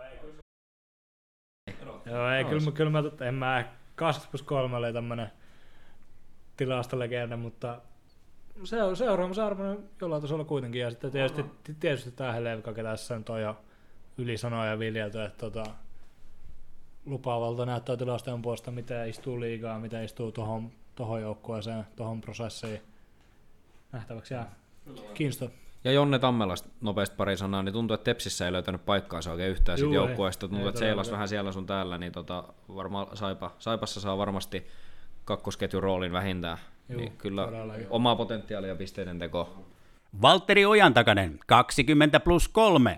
Joo, ei, kyllä, kyllä mä, en mä kaksikymmentä plus kolme oli tämmönen tilastolegenda, mutta se on seuraamassa arvoinen jollain tasolla kuitenkin, ja sitten tietysti, tietysti tämä Helevka, ketä tässä nyt on jo ylisanoja viljelty, että tota, lupaavalta näyttää tilastojen puolesta, miten istuu liigaa, miten istuu tuohon tohon joukkueeseen, tuohon prosessiin. Nähtäväksi jää. Kiinnostaa. Ja Jonne Tammelasta nopeasti pari sanaa, niin tuntuu, että Tepsissä ei löytänyt paikkaansa oikein yhtään siitä joukkueesta. Tuntuu, että seilas vähän siellä sun täällä, niin tota, varmaan Saipa, Saipassa saa varmasti kakkosketjun roolin vähintään. Juu, niin kyllä todellakin. Omaa potentiaalia ja pisteiden teko. Valtteri Ojantakainen, kaksikymmentä plus kolme.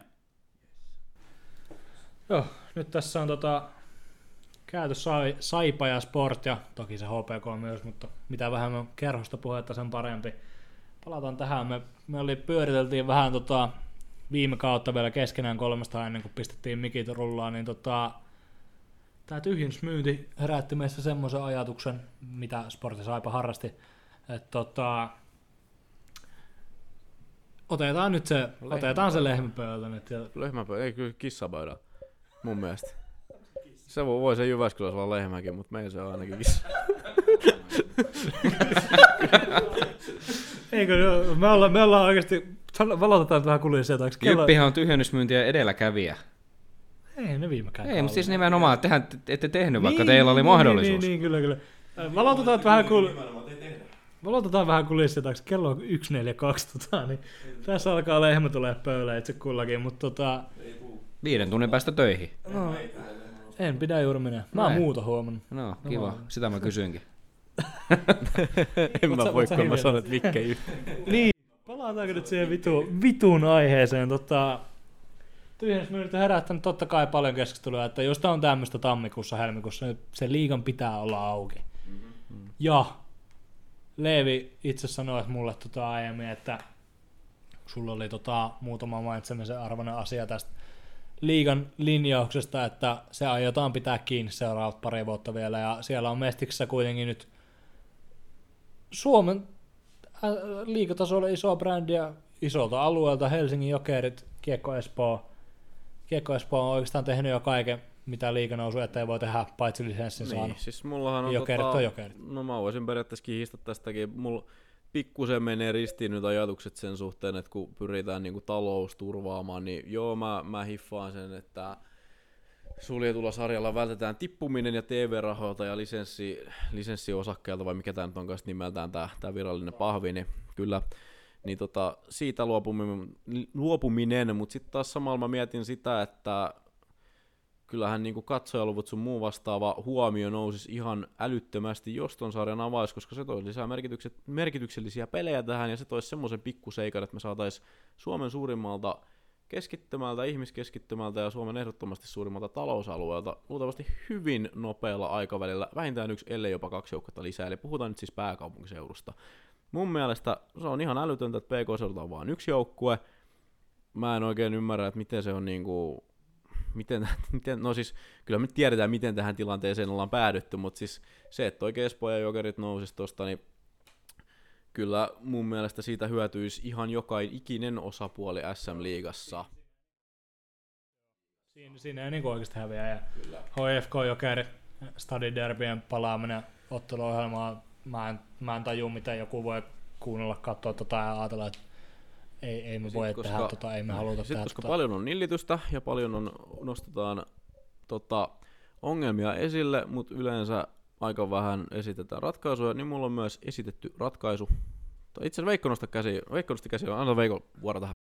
Joo, nyt tässä on tota, käyty sai, Saipa ja Sport ja toki se H P K myös, mutta mitä vähemmän kerhosta puhetta, sen parempi. Palataan tähän. Me, me oli, pyöriteltiin vähän tota, viime kautta vielä keskenään kolmesta ennen kuin pistettiin mikit rullaan, niin tota, tämä tyhjennysmyynti herätti meissä semmoisen ajatuksen, mitä Sport ja Saipa harrasti, että tota, otetaan nyt se, lehmäpöydä. otetaan se lehmäpöydä nyt. Ja... Lehmäpöydä, ei kyllä kissapöydä, mun mielestä. Se voi, voi se Jyväskylässä olla lehmäkin, mutta meillä se on ainakin kissa. Eikö, me ollaan, me ollaan oikeasti, valotetaan vähän kulissia. Jyppihän on tyhjennysmyyntiä edelläkävijä. Ei ne viime käydä. Ei, mutta siis nimenomaan, tehän ette tehnyt, vaikka niin, teillä oli niin, mahdollisuus. Niin, niin, kyllä, kyllä. Valotetaan vähän kulissia. Valotetaan vähän kulissia, kello on yksi neljä kaksi, tota, niin tässä alkaa lehmä tulee pöydälle itse kullakin, mutta tota... Viiden tunnin päästä töihin. No, en pidä juuri minä. Mä oon muuta huomannut. No, kiva. No, sitä mä kysyinkin. En mä voi, kun mä sanon, että Mikke ei yhtään. Niin, palataanko nyt siihen vitu, vitun aiheeseen. Tota, tyhjennysmyynnit on herättänyt totta kai paljon keskustelua, että jos tää on tämmöistä tammikuussa, helmikuussa, niin se liigan pitää olla auki. Mm-hmm. Ja Leevi itse sanoi että mulle tota aiemmin, että sulla oli tota muutama mainitsemisen arvoinen asia tästä liigan linjauksesta, että se aiotaan pitää kiinni seuraavat pari vuotta vielä, ja siellä on Mestiksessä kuitenkin nyt Suomen liigatasolla iso brändi ja isolta alueelta, Helsingin Jokerit, Kiekko Espoo. Kiekko Espoo on oikeastaan tehnyt jo kaiken, mitä liiganousu eteen voi tehdä, paitsi lisenssin niin, saanut. Siis mullahan on Jokerit tota, on Jokerit. No mä voisin periaatteessa kihistä tästäkin. Mulla pikkusen menee ristiin nyt ajatukset sen suhteen, että kun pyritään niinku talous turvaamaan, niin joo, mä, mä hiffaan sen, että suljetulla sarjalla vältetään tippuminen ja T V-rahoilta ja lisenssi, lisenssiosakkeelta, vai mikä tämä nyt on kanssa nimeltään, tämä, tämä virallinen pahvi, niin kyllä, niin tota, siitä luopuminen, luopuminen mutta sitten taas samalla mä mietin sitä, että kyllähän niin kuin katsojaluvut sun muu vastaava huomio nousisi ihan älyttömästi, jos ton sarjan avaisi, koska se toisi lisää merkityksellisiä pelejä tähän, ja se toisi semmoisen pikkuseikan, että me saataisiin Suomen suurimmalta keskittymältä, ihmiskeskittymältä ja Suomen ehdottomasti suurimmalta talousalueelta luultavasti hyvin nopealla aikavälillä vähintään yksi, ellei jopa kaksi joukkuetta lisää, eli puhutaan nyt siis pääkaupunkiseudusta. Mun mielestä se on ihan älytöntä, että P K-seudulta on vain yksi joukkue. Mä en oikein ymmärrä, että miten se on niinku... Miten, miten, no siis, kyllä me tiedetään, miten tähän tilanteeseen ollaan päädytty, mutta siis se, että oikein Espoo ja Jokerit nousisi tosta, niin kyllä mun mielestä siitä hyötyisi ihan jokain ikinen osapuoli S M-liigassa. Siinä, siinä ei niin oikeasti häviä. Ja H F K Jokerit, Stadi Derbien palaaminen otteluohjelmaan, mä en, mä en tajua, miten joku voi kuunnella, katsoa tota ja ajatella, että Ei, ei me voi tehdä tota, ei me haluta sit, tehdä koska tota. paljon on nillitystä ja paljon on, nostetaan tota, ongelmia esille, mutta yleensä aika vähän esitetään ratkaisuja, niin mulla on myös esitetty ratkaisu. Tai itse asiassa Veikko nosta käsi, Veikko nosti käsi, anna Veikko vuoro tähän.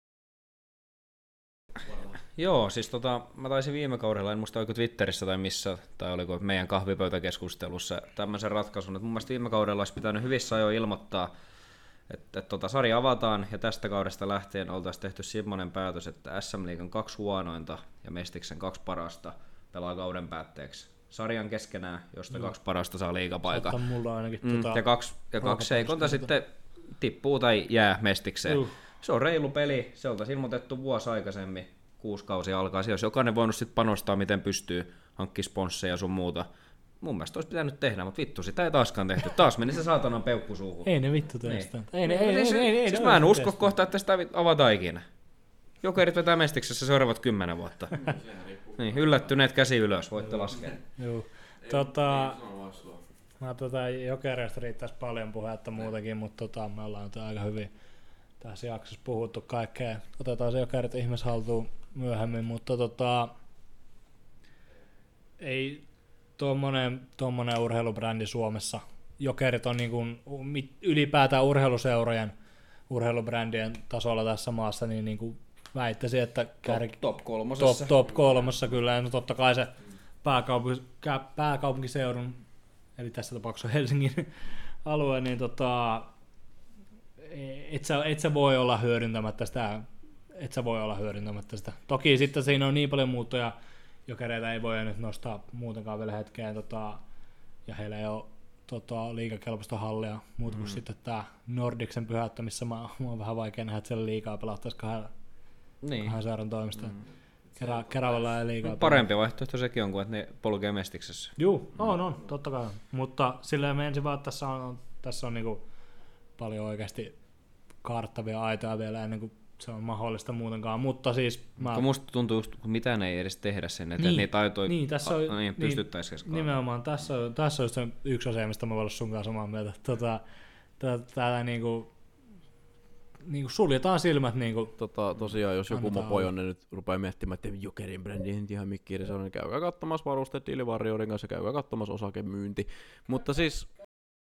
Joo, siis tota, mä taisin viime kaudella, en muista oliko Twitterissä tai missä, tai oliko meidän kahvipöytäkeskustelussa tämmöisen ratkaisun, että mun mielestä viime kaudella olisi pitänyt hyvissä ajoin ilmoittaa, että et, tota, sarja avataan ja tästä kaudesta lähtien oltaisiin tehty semmoinen päätös, että S M-liigan kaksi huonointa ja Mestiksen kaksi parasta pelaa kauden päätteeksi sarjan keskenään, josta no. kaksi parasta saa liigapaikan. Saattaa mulla ainakin mm, tota ja kaksi, ja kaksi heikonta sitten tippuu tai jää Mestikseen. Uh. Se on reilu peli, se oltaisiin ilmoitettu vuosi aikaisemmin, kuusi kausi alkaa. Siellä olisi jokainen voinut sitten panostaa, miten pystyy, hankkia sponsseja sun muuta. Mun mielestä olisi pitänyt tehdä, mutta vittu, sitä ei taaskaan tehty. Taas meni se saatanan peukku suuhun. Ei ne vittu tee sitä. Ei, niin. ei, ei, siis, ei, ei, ei, siis ei, mä en ei, usko ei, kohta, että sitä avataan ikinä. Jokerit vetää Mestiksessä seuraavat kymmenen vuotta. Niin, yllättyneet käsi ylös, voitte laskea. Joo. Tota, mä tota, Jokereista riittäisi paljon puhetta muutenkin, mutta tota, me ollaan nyt aika hyvin tässä jaksossa puhuttu kaikkea. Otetaan se Jokerit ihmis haltuun myöhemmin, mutta tota, ei tommonen, tommonen urheilubrändi Suomessa. Jokerit on niin kuin ylipäätään urheiluseurojen urheilubrändien tasolla tässä maassa, niin, niin kuin väittäisin, että kär... top, top kolmosessa. Top, top kolmossa kyllä, ja no totta kai se pääkaupunki, pääkaupunkiseudun, eli tässä tapauksessa Helsingin alue, niin tota, et sä, et sä voi olla hyödyntämättä sitä, et sä voi olla hyödyntämättä sitä. Toki sitten siinä on niin paljon muuttoja, Jokereita ei voi nyt nostaa muutenkaan vielä hetkeen, tota, ja heillä ei ole tota, liigakelpoista hallia, muuta kuin mm. sitten tämä Nordicsen pyhäyttä, missä mä, mä on vähän vaikea nähdä, että siellä liigaa pelattaisiin kahden, niin. kahden seuran toimesta. Mm. Kerä, Keravalla ei liigaa. Parempi vaihtoehto sekin on kuin, että ne polkee Mestiksessä. Juu, on, on, totta kai. Mutta silleen me ensin vaan, että tässä on, on, tässä on niinku paljon oikeasti kaarttavia aitoja vielä ennen kuin se on mahdollista muutenkaan, mutta siis mä... Kun musta tuntuu, just, kun mitään ei edes tehdä sen, että Niin, niitä aitoja niin, tässä on, a, niin, pystyttäisiin. Nimenomaan, tässä on, tässä on just se yksi asia, mistä mä voin olla sun kanssa samaa mieltä. Tota, täällä niinku, niinku suljetaan silmät niinku. Tota, tosiaan, jos joku Annetaan mopojonne nyt rupeaa miettimään, että Jokerin brändi ei ihan mikki edes on, niin käykää katsomassa varusteet Dilivarioiden kanssa, käykää katsomassa osakemyynti. Mutta siis...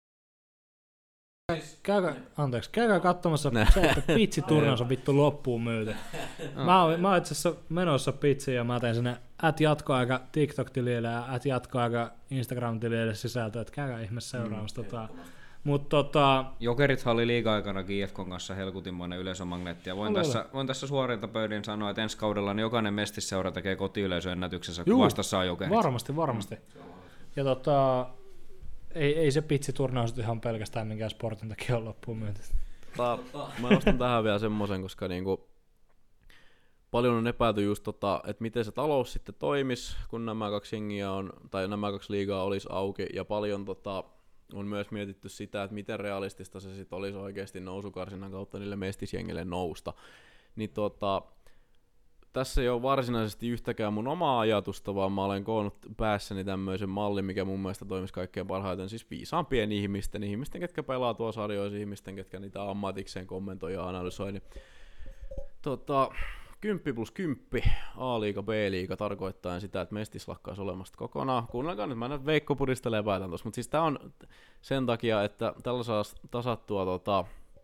Käykää, anteeksi, käykää katsomassa se, että pitsi-turnaus on vittu loppuun myyty. Mä oon, mä oon itse asiassa menossa pitsiin ja mä teen sinne at jatkoaika TikTok-tilille ja at jatkoaika Instagram-tilille sisältöä, että käykää ihmeessä seuraamassa. Mm, tota. Mut tota... Jokerithan oli liiga-aikana G F K:n kanssa helkutinmoinen yleisömagneetti, ja voin tässä, voin tässä suorilta pöydin sanoa, että ensi kaudella niin jokainen mestisseura tekee kotiyleisöennätyksessä, kun vastassa on Jokerit. Varmasti, varmasti. Mm. Ja tota... Ei, ei se pitsi-turnaus ihan pelkästään minkään sportin takia on loppuun myyty. Mä nostan tähän vielä semmoisen, koska niinku paljon on epäilty just tota, että miten se talous sitten toimisi, kun nämä kaksi jengiä on, tai nämä kaksi liigaa olisi auki, ja paljon tota, on myös mietitty sitä, että miten realistista se sitten olisi oikeasti nousukarsinnan kautta niille mestisjengille nousta. Niin tota, tässä ei ole varsinaisesti yhtäkään mun omaa ajatusta, vaan mä olen koonnut päässäni tämmöisen mallin, mikä mun mielestä toimisi kaikkein parhaiten, siis viisaampien ihmisten, ihmisten, ketkä pelaa tuolla sarjoissa, ihmisten, ketkä niitä ammatikseen kommentoi ja analysoi. Niin, tota, kymppi plus kymppi, A-liiga, B-liiga, tarkoittaa sitä, että mestis lakkaisi olemasta kokonaan. Kuunnelkaa nyt, mä en Veikko puristelee päätän tuossa, mutta siis tää on sen takia, että tällä saa tasattua tota,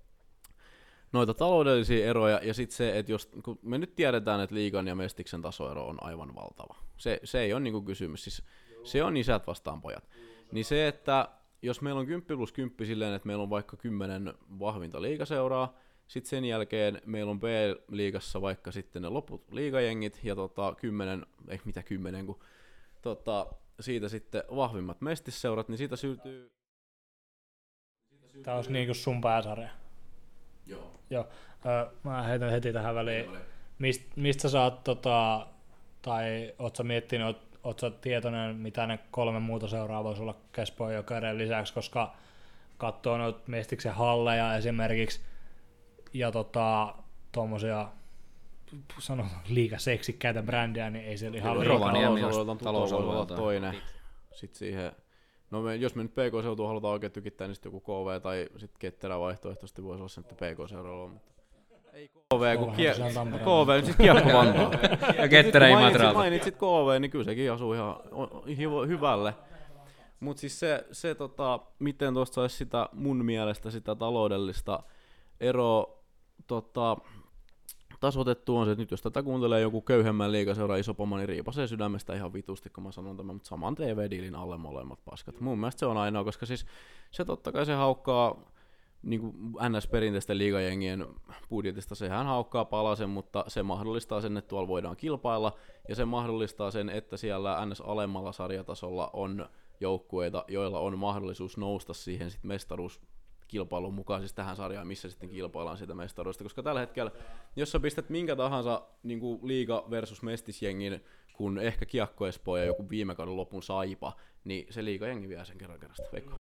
noita taloudellisia eroja, ja sitten se, että jos, kun me nyt tiedetään, että liigan ja mestiksen tasoero on aivan valtava. Se, se ei ole niinku kysymys, siis se on isät vastaan pojat. Niin se, että jos meillä on kymppi plus kymppi silleen, että meillä on vaikka kymmenen vahvinta liigaseuraa, sitten sen jälkeen meillä on B-liigassa vaikka sitten ne loput liigajengit, ja tota, kymmenen, ei mitä kymmenen, kun tota, siitä sitten vahvimmat mestisseurat, niin siitä syntyy... Tämä olisi niinku sun pääsarja. Joo. Joo. Öö, mä heitän heti tähän väliin. Mist, mistä sä oot, tota, tai oot sä miettinyt, oot, oot sä tietoinen, mitä ne kolme muuta seuraa voisi olla Kespoon ja Jokerin lisäksi, koska katsoo noita mestiksen halleja esimerkiksi, ja tota, tommosia, sanotaan liigaseksikkäitä brändejä, niin ei siellä ihan liikaa. Talousalueelta toinen. Sitten siihen, no me, jos me nyt P K-seutua halutaan oikein tykittää, niin sitten joku K V tai sitten Ketterä vaihtoehtoisesti voisi olla se, että P K-seuralla on, mutta ei K V, kun kie... K V, niin siis Kiekko Vantaa. Ja Ketterä Imatralta. Mainitsit K V, niin kyllä sekin asuu ihan hyvälle. Mutta siis se, se tota, miten tuosta saisi sitä mun mielestä sitä taloudellista eroa tota, tasoitettu on se, että nyt jos tätä kuuntelee joku köyhemmän liigaseura iso pomo, niin riipasee sydämestä ihan vitusti, kun mä sanon tämän, mutta saman T V-diilin alle molemmat paskat. Mun mielestä se on ainoa, koska siis se totta kai se haukkaa niin kuin N S-perinteisten liigajengien budjetista, sehän haukkaa palasen, mutta se mahdollistaa sen, että tuolla voidaan kilpailla, ja se mahdollistaa sen, että siellä N S-alemmalla sarjatasolla on joukkueita, joilla on mahdollisuus nousta siihen sit mestaruuskilpailun mukaan, siis tähän sarjaan, missä sitten kilpaillaan siitä mestaruudesta, koska tällä hetkellä, jos sä pistät minkä tahansa niin kuin liiga versus mestisjengin, kun ehkä Kiekko Espoo ja joku viime kauden lopun Saipa, niin se liigajengi vie sen kerran kerrasta. Veikko.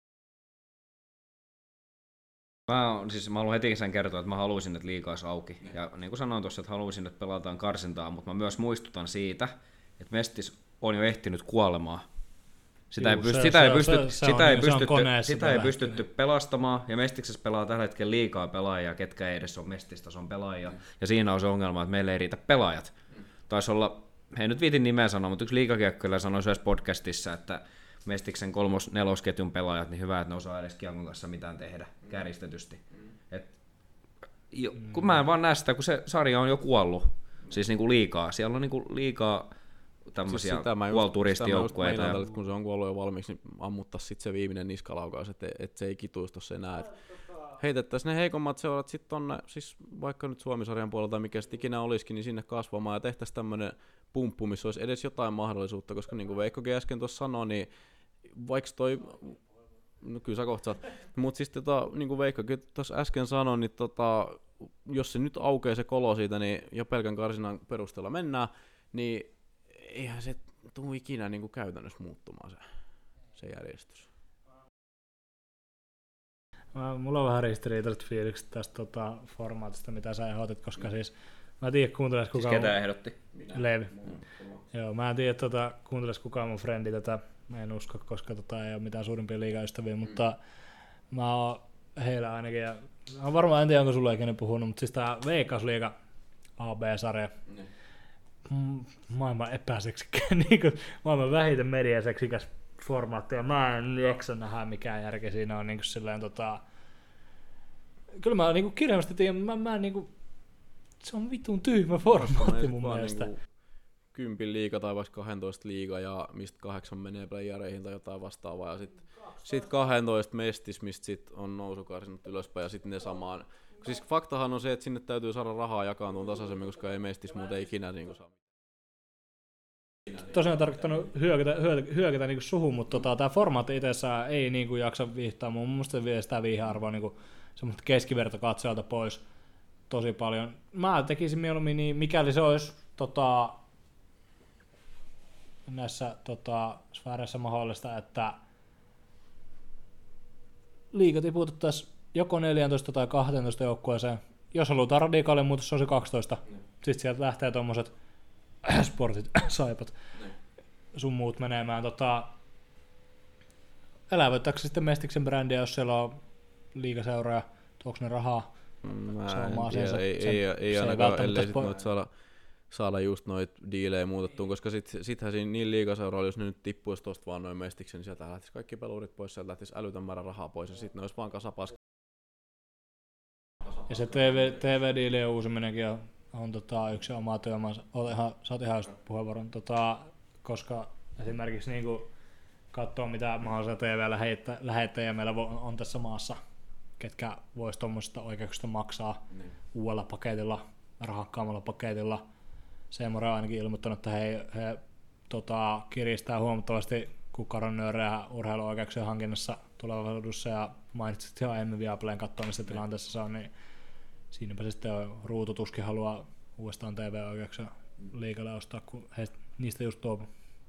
Mä, siis, mä haluan heti sen kertoa, että mä haluaisin, että liiga olisi auki. Ja niin kuin sanoin tuossa, että haluaisin, että pelataan karsintaa, mutta mä myös muistutan siitä, että Mestis on jo ehtinyt kuolemaan. Sitä Juu, ei, pyst- se, sitä se, ei, pystyt, se, se sitä on, ei pystytty, sitä ei pystytty pelastamaan, ja Mestiksessä pelaa tällä hetkellä liikaa pelaajia, ketkä ei edes ole Mestistason pelaajia. Mm. Ja siinä on se ongelma, että meillä ei riitä pelaajat. Taisi olla, ei nyt viitin nimeä sanoa, mutta yksi liigakiekkoilija sanoi yhdessä podcastissa, että Mestiksen kolmos nelosketjun pelaajat, niin hyvä, että ne osaa edes Kiekon kanssa mitään tehdä, kärjistetysti. Et, jo, kun mä en vaan näe sitä, kun se sarja on jo kuollut, siis niinku liikaa. Siellä on niinku liikaa tämmöisiä siis kuolturistijoukkueita. Ja... kun se on kuollut jo valmiiksi, niin ammuttaa sitten se viimeinen niskalaukaus, että et se ei kituisi tuossa enää. Et heitettäisiin ne heikommat seurat sitten tonne, siis vaikka nyt Suomi-sarjan puolelta tai mikä sitten ikinä olisikin, niin sinne kasvamaan ja tehtäisiin tämmöinen pumppu, missä olisi edes jotain mahdollisuutta, koska niin kuin Veikkokin äsken tuossa sanoi, niin vaikka toi, no kyllä sä kohta saat, mutta siis tota, niin kuin Veikkokin tuossa äsken sanoi, niin tota, jos se nyt aukeaa se kolo siitä, niin jo pelkän karsinan perusteella mennään, niin eihän se tule ikinä niin kuin käytännössä muuttumaan se, se järjestys. Mä, mulla on vähän ristiriitaiset fiilikset tästä tota, formaatista, mitä sä ehdotit, koska siis mä en tiedä kuuntelis kukaan... Siis ketä ehdotti? Leevi. Joo, mä en tiedä tota, kuuntelis kukaan mun frendi tätä, mä en usko, koska tota, ei ole mitään suurimpia liigaystäviä, mm. mutta mä oon heillä ainakin, ja mä varmaan en tiedä, onko sulle ikinä puhunut, mutta siis tää Veikkausliiga A B-sarja, mm. maailman epäseksikäs, niin kuin maailman vähiten mediaseksikäs formaatti, ja mä en jaksa nähdä mikään järki siinä on niin kuin silleen tota... Kyllä mä niin kirjaimesti tiedän, mä, mä niin kuin... Se on vitun tyhmä formaatti mun mielestä. Niinku kympin liiga tai vaikka kahdentoista liiga ja mistä kahdeksan menee playereihin tai jotain vastaavaa ja sit, sit kahdentoista mestis, mistä sit on nousukarsinut ylöspäin ja sitten ne samaan. Siis faktahan on se, että sinne täytyy saada rahaa jakaantua tasaisemmin, koska ei mestis muuten ikinä niinku saa. Tosiaan tarkoittanut hyökätä, hyökätä, hyökätä niinku suhun, mutta tota, tämä formaatti itsessään ei niinku jaksa viihtaa. Mun mielestä se vie sitä viihearvoa niinku semmoista keskiverto katsojalta pois tosi paljon. Mä tekisin mieluummin niin, mikäli se olisi tota, näissä tota, sfääreissä mahdollista, että liiga tiputettaisiin joko neljätoista tai kaksitoista joukkueeseen. Jos halutaan radikaali muutos, se olisi kaksitoista. Mm. Sitten sieltä lähtee tommoset sportit, saipat, mm. sun muut menemään. Tota, elävöittääkö sitten Mestiksen brändiä, jos siellä on liigaseuroja, tuoks ne rahaa? Mä en tiedä, sen, ei, sen, ei, ei ainakaan, ellei sit noit saada, saada just noit diilejä muutettuun, koska sit, sittenhän siinä niin liigaseuroilla, jos ne nyt tippuisi tosta vaan noin Mestiksen, niin sieltä lähtisi kaikki pelurit pois, sieltä lähtisi älytön määrä rahaa pois, ja sitten ne olisi vaan kasapas. Ja se T V, T V-diilien uusiminenkin on, on tota, yksi oma työmaansa. Sä oot ihan just puheenvuoron, tota, koska esimerkiksi niinku katsoo mitä mahdollisia T V-lähettäjiä meillä on, on tässä maassa, ketkä vois tuommoisesta oikeuksista maksaa niin uudella paketilla, rahakkaammalla paketilla. Seemore on ainakin ilmoittanut, että he, he tota, kiristää huomattavasti kukkaronnyörejä urheiluoikeuksien hankinnassa tulevaisuudessa ja mainitsit ihan ennen Viaplayn katsoa, missä tilanteessa se on, niin siinäpä se sitten on ruututuskin haluaa uudestaan T V-oikeuksia liigalle ostaa, kun he niistä just tuopu.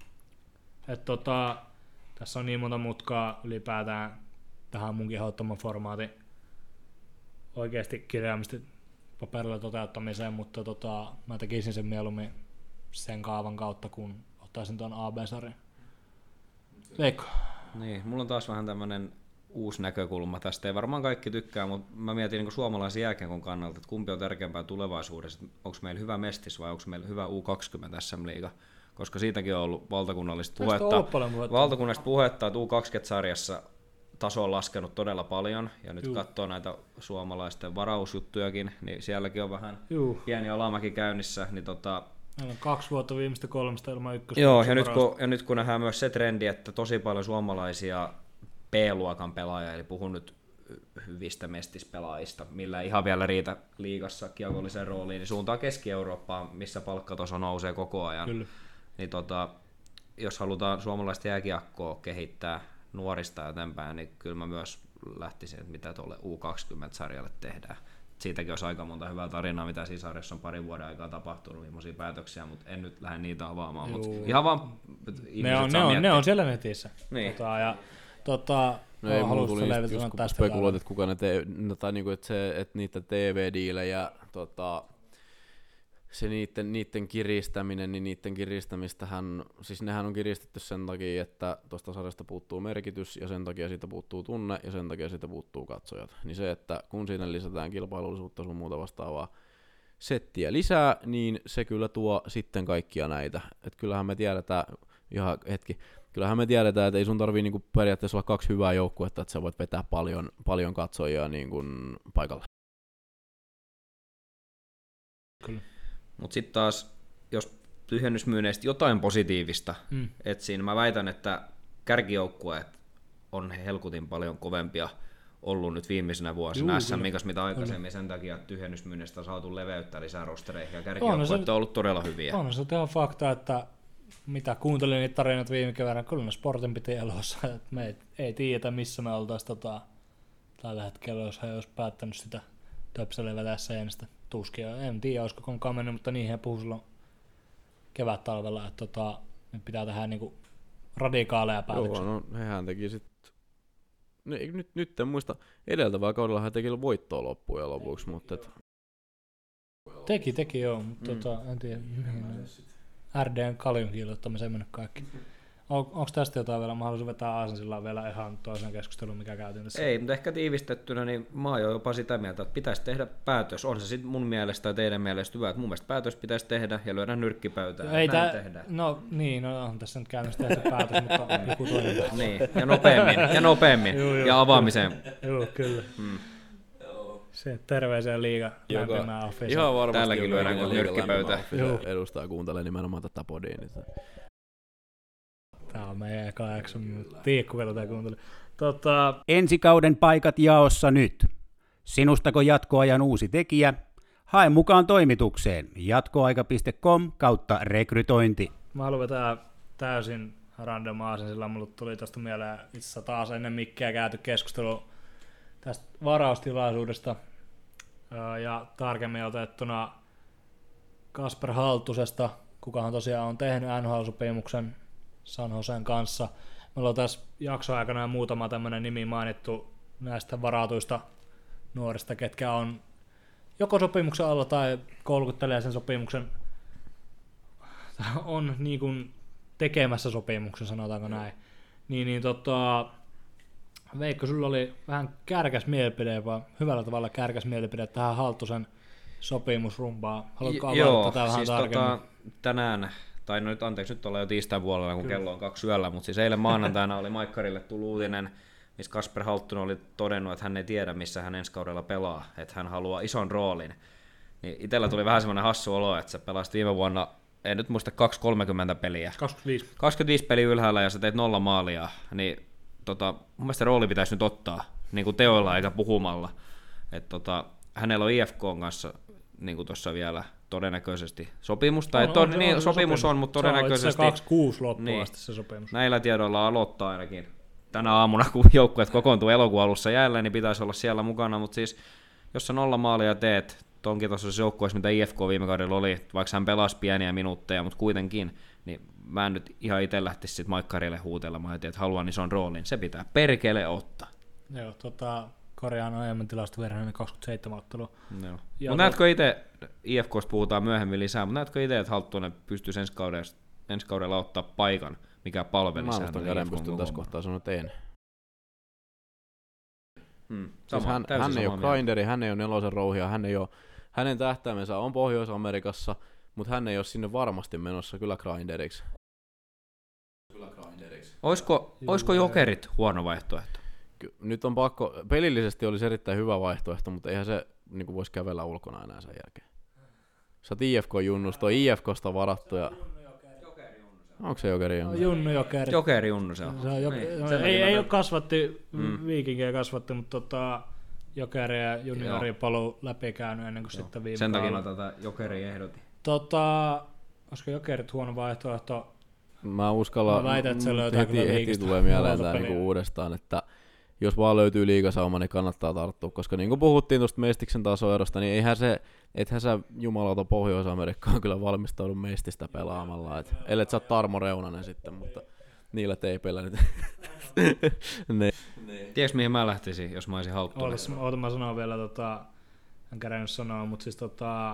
Et tota, tässä on niin monta mutkaa ylipäätään tähän munkin hauttaman formaatin oikeasti kirjaimisesti paperilla toteuttamiseen, mutta tota, mä tekisin sen mieluummin sen kaavan kautta, kun ottaisin tuon A B-sarjan. Veikko? Niin, mulla on taas vähän tämmönen uusi näkökulma tästä. Ei varmaan kaikki tykkää, mutta mä mietin niin suomalaisen jääkiekon kannalta, että kumpi on tärkeämpää tulevaisuudessa. Onko meillä hyvä mestis vai onko meillä hyvä U kaksikymmentä S M-liiga? Koska siitäkin on ollut valtakunnallista puhetta. puhetta. Valtakunnallista puhetta, että U kaksikymmentä-sarjassa taso on laskenut todella paljon, ja nyt Juu. katsoo näitä suomalaisten varausjuttujakin, niin sielläkin on vähän Juu. pieni alamäki käynnissä. Niin tota, meillä on kaksi vuotta viimeistä kolmesta ilman ykköstä. Joo, ja nyt, kun, ja nyt kun nähdään myös se trendi, että tosi paljon suomalaisia B-luokan pelaajia, eli puhun nyt hyvistä mestispelaajista, millä ei ihan vielä riitä liigassa kiekolliseen rooliin, niin suuntaa Keski-Eurooppaan, missä palkkataso nousee koko ajan. Kyllä. Niin tota, jos halutaan suomalaista jääkiekkoa kehittää nuorista eteenpäin, niin kyllä mä myös lähtisin, että mitä tuolle U kaksikymmentä-sarjalle tehdään. Siitäkin olisi aika monta hyvää tarinaa, mitä siinä sarjassa on parin vuoden aikaa tapahtunut, millaisia päätöksiä, mutta en nyt lähde niitä avaamaan. Mutta ihan vaan ne on, ne, on, ne on siellä netissä. Niin. Tota, ja, tota, no ei mulla tuli just, just kun spekuloit, että kuka ne te, no, tai niinku, että, se, että niitä T V-diilejä, tota, se niiden, niiden kiristäminen, niin niiden kiristämistähän, siis nehän on kiristetty sen takia, että tuosta sarjasta puuttuu merkitys, ja sen takia siitä puuttuu tunne, ja sen takia siitä puuttuu katsojat. Niin se, että kun siinä lisätään kilpailullisuutta sun muuta vastaavaa settiä lisää, niin se kyllä tuo sitten kaikkia näitä. Et kyllähän me tiedetään, ihan hetki, kyllähän me tiedetään, että ei sun tarvii niinku periaatteessa olla kaksi hyvää joukkuetta, että sä voit vetää paljon, paljon katsojia niinku paikalla. Kyllä. Mutta sitten taas, jos tyhjennysmyynneistä jotain positiivista mm. etsiin, mä väitän, että kärkijoukkueet on helkutin paljon kovempia ollut nyt viimeisenä vuosina S M-liigassa, mitä aikaisemmin sen takia, että tyhjennysmyynnistä on saatu leveyttä lisää rostereihin ja kärkijoukkueet on, on ollut todella hyviä. On se ihan fakta, että mitä kuuntelin niitä tarinat viime keväänä, kyllä ne sportin piti elossa, että me ei, ei tiedetä missä me oltaisiin tota, tällä hetkellä, jos he olisi päättänyt sitä töpselevätä seinästä. Tuskin, en tiedä olisiko konkaan mennyt, mutta niin he puhuu silloin kevät-talvella, että tota, nyt pitää tehdä niinku radikaaleja päätöksiä. Joo, no hehän teki sit no, nyt, nyt en muista, edeltävällä kaudella hän teki voittoa loppujen lopuksi, mutta et... Teki, teki joo, mutta mm. tota, en tiedä. R D:n Kaljun kiilottamiseen mennyt kaikki. On, onko tästä jotain vielä? Mä haluaisin vetää Aasensillaan vielä ihan toisen keskustelun, mikä käytiin tässä. Ei, mutta ehkä tiivistettynä, niin mä oon jopa sitä mieltä, että pitäisi tehdä päätös. On se sitten mun mielestä tai teidän mielestä hyvä, että mun mielestä päätös pitäisi tehdä ja lyödä nyrkkipöytään. Ei Näin tää, tehdään. no niin, no on tässä nyt käynnissä tehty päätös, mutta joku toinen. Niin, ja nopeammin, ja nopeammin, Juu, juu, ja avaamiseen. Joo, kyllä. Mm. Se terveeseen liiga lämpimään office. Ihan varmasti Täälläkin lyödään kuin nyrkkipöytään. Edustaa kuuntelee nimenomaan tätä podia. Niin Tää on meidän eka jakso, tiedä kuka tätä kuunteli. Tota... Ensikauden paikat jaossa nyt. Sinustako jatkoajan uusi tekijä? Hae mukaan toimitukseen jatkoaika piste com kautta rekrytointi. Mä haluan vetää täysin random aasen, sillä mulle tuli tästä mieleen itse asiassa taas ennen mikkiä käyty keskustelu tästä varaustilaisuudesta ja tarkemmin otettuna Kasper Halttusesta, kukahan tosiaan on tehnyt N H L-sopimuksen San Joseen kanssa. Meillä on tässä jaksoaikana muutama tämmöinen nimi mainittu näistä varautuista nuorista, ketkä on joko sopimuksen alla tai kouluttelee sen sopimuksen, on niin kuin tekemässä sopimuksen, sanotaanko näin. Niin, niin tota, Veikko, sulla oli vähän kärkäs mielipide, vaan hyvällä tavalla kärkäs mielipide tähän Halttusen sopimusrumbaan. Haluatko avata Joo, tätä vähän siis tarkemmin? Tota, tänään, tai no nyt anteeksi, nyt ollaan jo tiistain puolella, kun Kyllä. kello on kaksi yöllä, mutta siis eilen maanantaina oli Maikkarille tullut uutinen, missä Kasper Halttunen oli todennut, että hän ei tiedä, missä hän ensi kaudella pelaa, että hän haluaa ison roolin. Niin itsellä tuli vähän semmoinen hassu olo, että sä pelasit viime vuonna, en nyt muista, kaksi kolmekymmentä peliä. kaksikymmentäviisi. kaksikymmentäviisi peliä ylhäällä ja sä teit nolla maalia, niin tota, mun mielestä rooli pitäisi nyt ottaa niin kuin teoilla eikä puhumalla. Et tota, hänellä on I F K:n kanssa niin kuin tuossa vielä todennäköisesti sopimus, tai on, to, on, niin, on, sopimus on, mutta todennäköisesti... Se on kaksikymmentäkuusi loppuun niin, asti se sopimus. Näillä tiedoilla aloittaa ainakin tänä aamuna, kun joukkueet kokoontuu elokuun alussa jälleen, niin pitäisi olla siellä mukana, mutta siis jos sä nolla maalia teet, tonkin tuossa joukkueessa, mitä I F K viime kaudella oli, vaikka hän pelasi pieniä minuutteja, mutta kuitenkin, niin mä en nyt ihan itse lähtisi sit Maikkarille huutelemaan, että haluan ison roolin, se pitää perkele ottaa. Joo, tota, korjaan aiemmin tilastoverran, niin kaksikymmentäseitsemän ottelua. Mutta näetkö itse, I F K:sta puhutaan myöhemmin lisää, mutta näetkö itse, että Halttunen pystyisi ensi kaudella, ensi kaudella ottaa paikan, mikä palvelisi häntä? Mä käden pystyn tässä kohtaa sanoa, että en. Hmm, siis hän, hän ei ole grinderi, hän ei ole nelosen rouhia, hän ei ole, hänen tähtäimensä on Pohjois-Amerikassa, mutta hän ei ole sinne varmasti menossa kyllä grinderiksi. Olisiko, olisiko Jokerit huono vaihtoehto? Ky- nyt on pakko, pelillisesti olisi erittäin hyvä vaihtoehto, mutta eihän se niin kuin voisi kävellä ulkona enää sen jälkeen. Sä oot I F K-junnusta, on I F K:sta varattu ja... Onko se Jokeri Junnu? Junnu Jokeri. Jokeri Junnu se on. Se on joke- niin. Ei, ei ole kasvatti, mm. viikinkiä kasvatti, mutta tota, Jokeri ja juniori paluu läpikäynyt ennen kuin Joo. sitten viime Sen takia mä tätä Jokeria ehdotin. Tota, olisiko Jokerit huono vaihtoehto? Mä uskallan, mä väitän, että se löytää heti, heti tulee mieleen tää niinku uudestaan, että jos vaan löytyy liigasauma, niin kannattaa tarttua, koska niin kuin puhuttiin tuosta Mestiksen tasoerosta, niin eihän se, ethän sä jumalauta Pohjois-Amerikkaan kyllä valmistaudu Mestistä pelaamalla, et, ellet sä oot Tarmo Reunanen sitten, mutta niillä teipeillä nyt. ne. Tiedätkö mihin mä lähtisin, jos mä olisin Halttunen? Oota mä sanon vielä, tota, en kädennyt sanoa, mutta siis tota,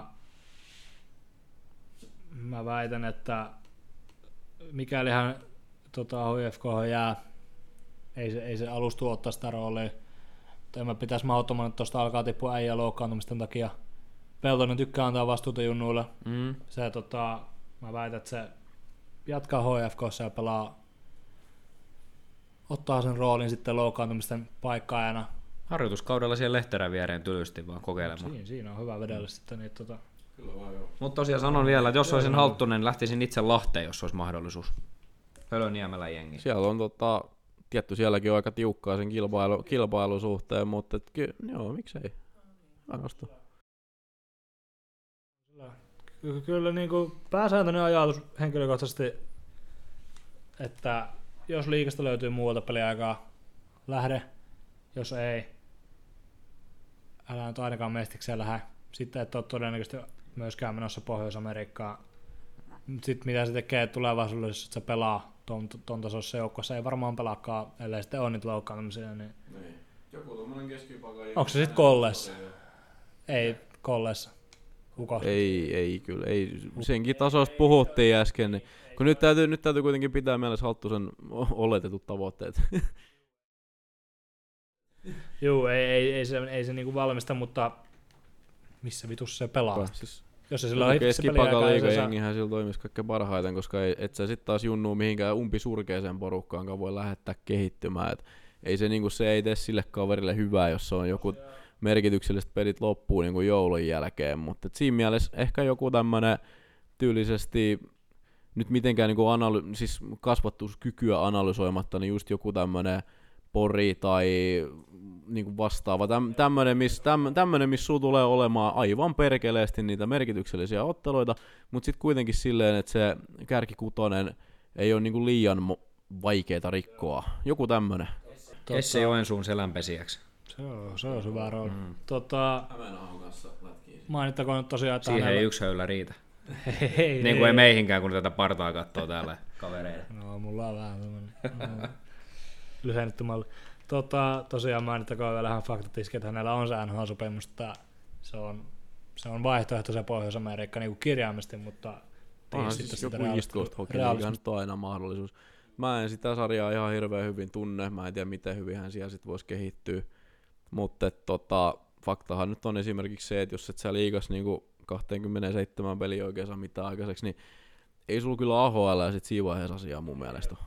mä väitän, että mikäli hän tota, H F K jää, ei se, ei se alustu ottaa sitä roolia. Mä pitäisi mahdottoman, että tuosta alkaa tippua äijä loukkaantumisten takia. Peltonen tykkää antaa vastuuta junnuille. Mm. Se, tota, mä väitän, että se jatkaa H F K:ssa ja pelaa, ottaa sen roolin sitten loukkaantumisten paikkaajana. Harjoituskaudella siellä Lehterän viereen tylysti vaan kokeilemaan. Siinä, siinä on hyvä vedellä mm. sitten niitä. Tota... Mutta tosiaan sanon vielä, että jos olisin Halttunen, lähtisin itse Lahteen, jos olisi mahdollisuus. Pölöniemelän jengi. Siellä on tota, tietty sielläkin on aika tiukkaa sen kilpailu, kilpailusuhteen, mutta et, ky, joo, miksei. Annosta. Kyllä, kyllä niin kuin pääsääntöinen ajatus henkilökohtaisesti, että jos liigasta löytyy muualta peliaikaa, lähde. Jos ei, älä nyt ainakaan Mestikseen lähde. Sitten et ole todennäköisesti myöskään menossa Pohjois-Amerikkaan. Sitten mitä se tekee tulevaisuudessa, että se pelaa ton, ton tasossa joukkueessa ei varmaan pelaakaan, ellei sitten ole niitä loukkaantumisia. Niin. Niin. Joku tommonen keskipaka. Onko se sitten Kolleessa? Ei Kolleessa. Kuka? Ei, ei kyllä. Ei. Senkin tasosta puhuttiin äsken. Niin. Kun nyt täytyy, nyt täytyy kuitenkin pitää mielessä Halttusen oletetut tavoitteet. Juu, ei, ei, ei se, ei se niinku valmista, mutta missä vitussa se pelaa? Siis, Jos se sillä on keskipaka liigajengihän sillä toimisi kaikkein parhaiten, koska ei, et sä sit taas junnuu mihinkään umpisurkeeseen porukkaankaan voi lähettää kehittymään. Et ei se, niinku, se ei tee sille kaverille hyvää, jos se on joku merkitykselliset pelit loppuu niinku joulun jälkeen, mutta siinä mielessä ehkä joku tämmönen tyylisesti nyt mitenkään niinku analy- siis kasvatuskykyä analysoimatta, niin just joku tämmönen Pori tai niinku vastaava, Täm, tämmönen, missä täm, tämmönen, miss sulla tulee olemaan aivan perkeleesti niitä merkityksellisiä otteluita, mutta sitten kuitenkin silleen, että se kärkikutonen ei ole niinku liian mo- vaikeeta rikkoa. Joku tämmönen. Tota, Esse Joensuun selänpesijäksi. Se on, se on hyvä rooli. Mm. Tota, kanssa mainittakoon nyt tosiaan, että siihen hänellä... ei yksi höylä riitä. ei, niin kuin ei meihinkään, kun tätä partaa katsoo täällä kavereita. No, mulla on vähän tämmönen no, lyhennetty malli. Tota, tosiaan mainittakoon vielä vähän faktatiski, että hänellä on se N H L-sopimus, mutta se on, se on vaihtoehto se Pohjois-Amerikka niin kuin kirjaimesti, mutta onhan siis joku East Coast Hockey League on aina mahdollisuus. Mä en sitä sarjaa ihan hirveän hyvin tunne, mä en tiedä miten hyvin hän siellä sit voisi kehittyä, mutta tota, faktahan nyt on esimerkiksi se, että jos et sä liigas niinku kaksikymmentäseitsemän peliä oikein saa mitään aikaiseksi, niin ei sulla kyllä A H L ja sit siinä vaiheessa asiaa mun mielestä.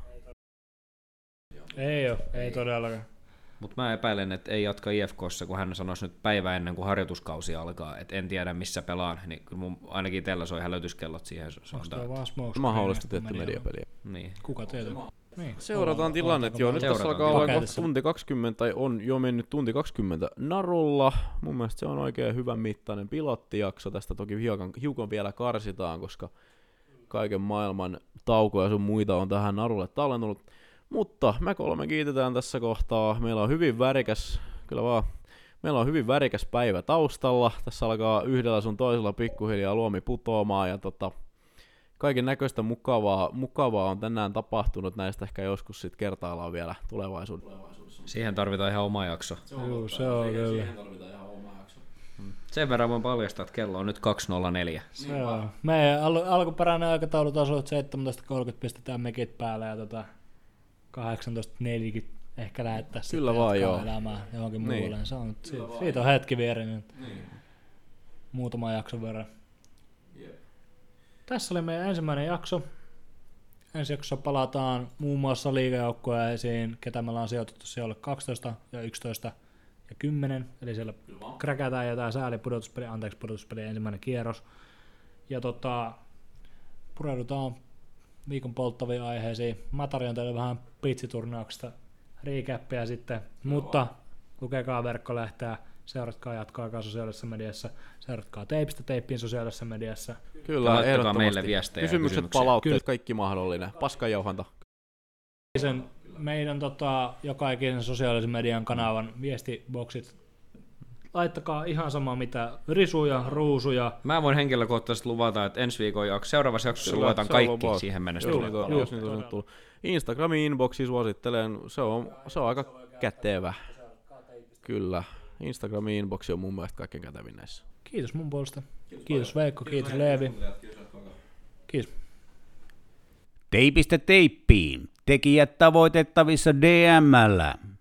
Ei oo, ei todellakaan. Mutta mä epäilen, että ei jatka I F K:ssa, kun hän sanoisi nyt päivä ennen kuin harjoituskausi alkaa, että en tiedä missä pelaan, niin kyllä mun, ainakin teillä soi hälytyskellot siihen. Mahdollista tietty mediapeliä. Niin. Kuka tietää? Niin. Seurataan tilannet jo. Nyt tässä alkaa olla tunti kaksikymmentä, tai on jo mennyt tunti kaksikymmentä narulla. Mun mielestä se on oikein hyvän mittainen pilottijakso. Tästä toki hiukan, hiukan vielä karsitaan, koska kaiken maailman taukoja sun muita on tähän narulle tallentunut. Mutta me kolme kiitetään tässä kohtaa. Meillä on hyvin värikäs, kyllä vaan, meillä on hyvin värikäs päivä taustalla. Tässä alkaa yhdellä sun toisella pikkuhiljaa luomi putoamaan ja tota, kaiken näköistä mukavaa, mukavaa on tänään tapahtunut. Näistä ehkä joskus sit kertaillaan vielä tulevaisuudessa. Siihen tarvitaan ihan oma jakso. Joo, se on kyllä. Sen verran voin paljastaa, että kello on nyt kaksi nolla neljä. Se on. Meidän al- alkuperäinen aikataulu taas on seitsemäntoista kolmekymmentä pistetään mekit päälle ja tota kahdeksantoista neljäkymmentä ehkä lähettää kyllä vaan joo. Elämään johonkin niin. muulle. Se on, siitä, siitä on hetki vierinen. Niin. Muutama jakson verran. Yep. Tässä oli meidän ensimmäinen jakso. Ensi jaksossa palataan muun muassa liigajoukkueisiin, ketä me ollaan sijoitettu siellä kaksitoista ja yksitoista ja kymmenen. Eli siellä kräkätään jotain sääli pudotuspeli, anteeksi pudotuspeli ensimmäinen kierros. Ja tota, pureudutaan viikon polttaviin aiheisiin. Mä tarjoan teille vähän pitsiturnauksesta recappia sitten, joo. Mutta lukekaa verkkolehteä, seuratkaa jatkoaikaa sosiaalisessa mediassa, seuratkaa teipistä teippiin sosiaalisessa mediassa. Kyllä, ehdottomasti. Meille viestejä kysymykset, palautteet, kyllä. Kaikki mahdollinen. Paskanjauhanta. Sen meidän tota, joka ikisen sosiaalisen median kanavan viestiboksit. Laittakaa ihan sama mitä risuja, ruusuja. Mä voin henkilökohtaisesti luvata, että ensi viikon jakso, seuraavassa jaksossa luetaan kaikki lupaus. Siihen mennessä. Joo, joo, jos niitä on tullut. Instagramin inboxi suosittelen, se on, se on aika kätevä. Kyllä, Instagramin inboxi on mun mielestä kaikkein kätevin näissä. Kiitos mun puolesta. Kiitos, kiitos Veikko, kiitos, kiitos Leevi. Kiitos. Teipistä teippiin. Tekijät tavoitettavissa D M:llä.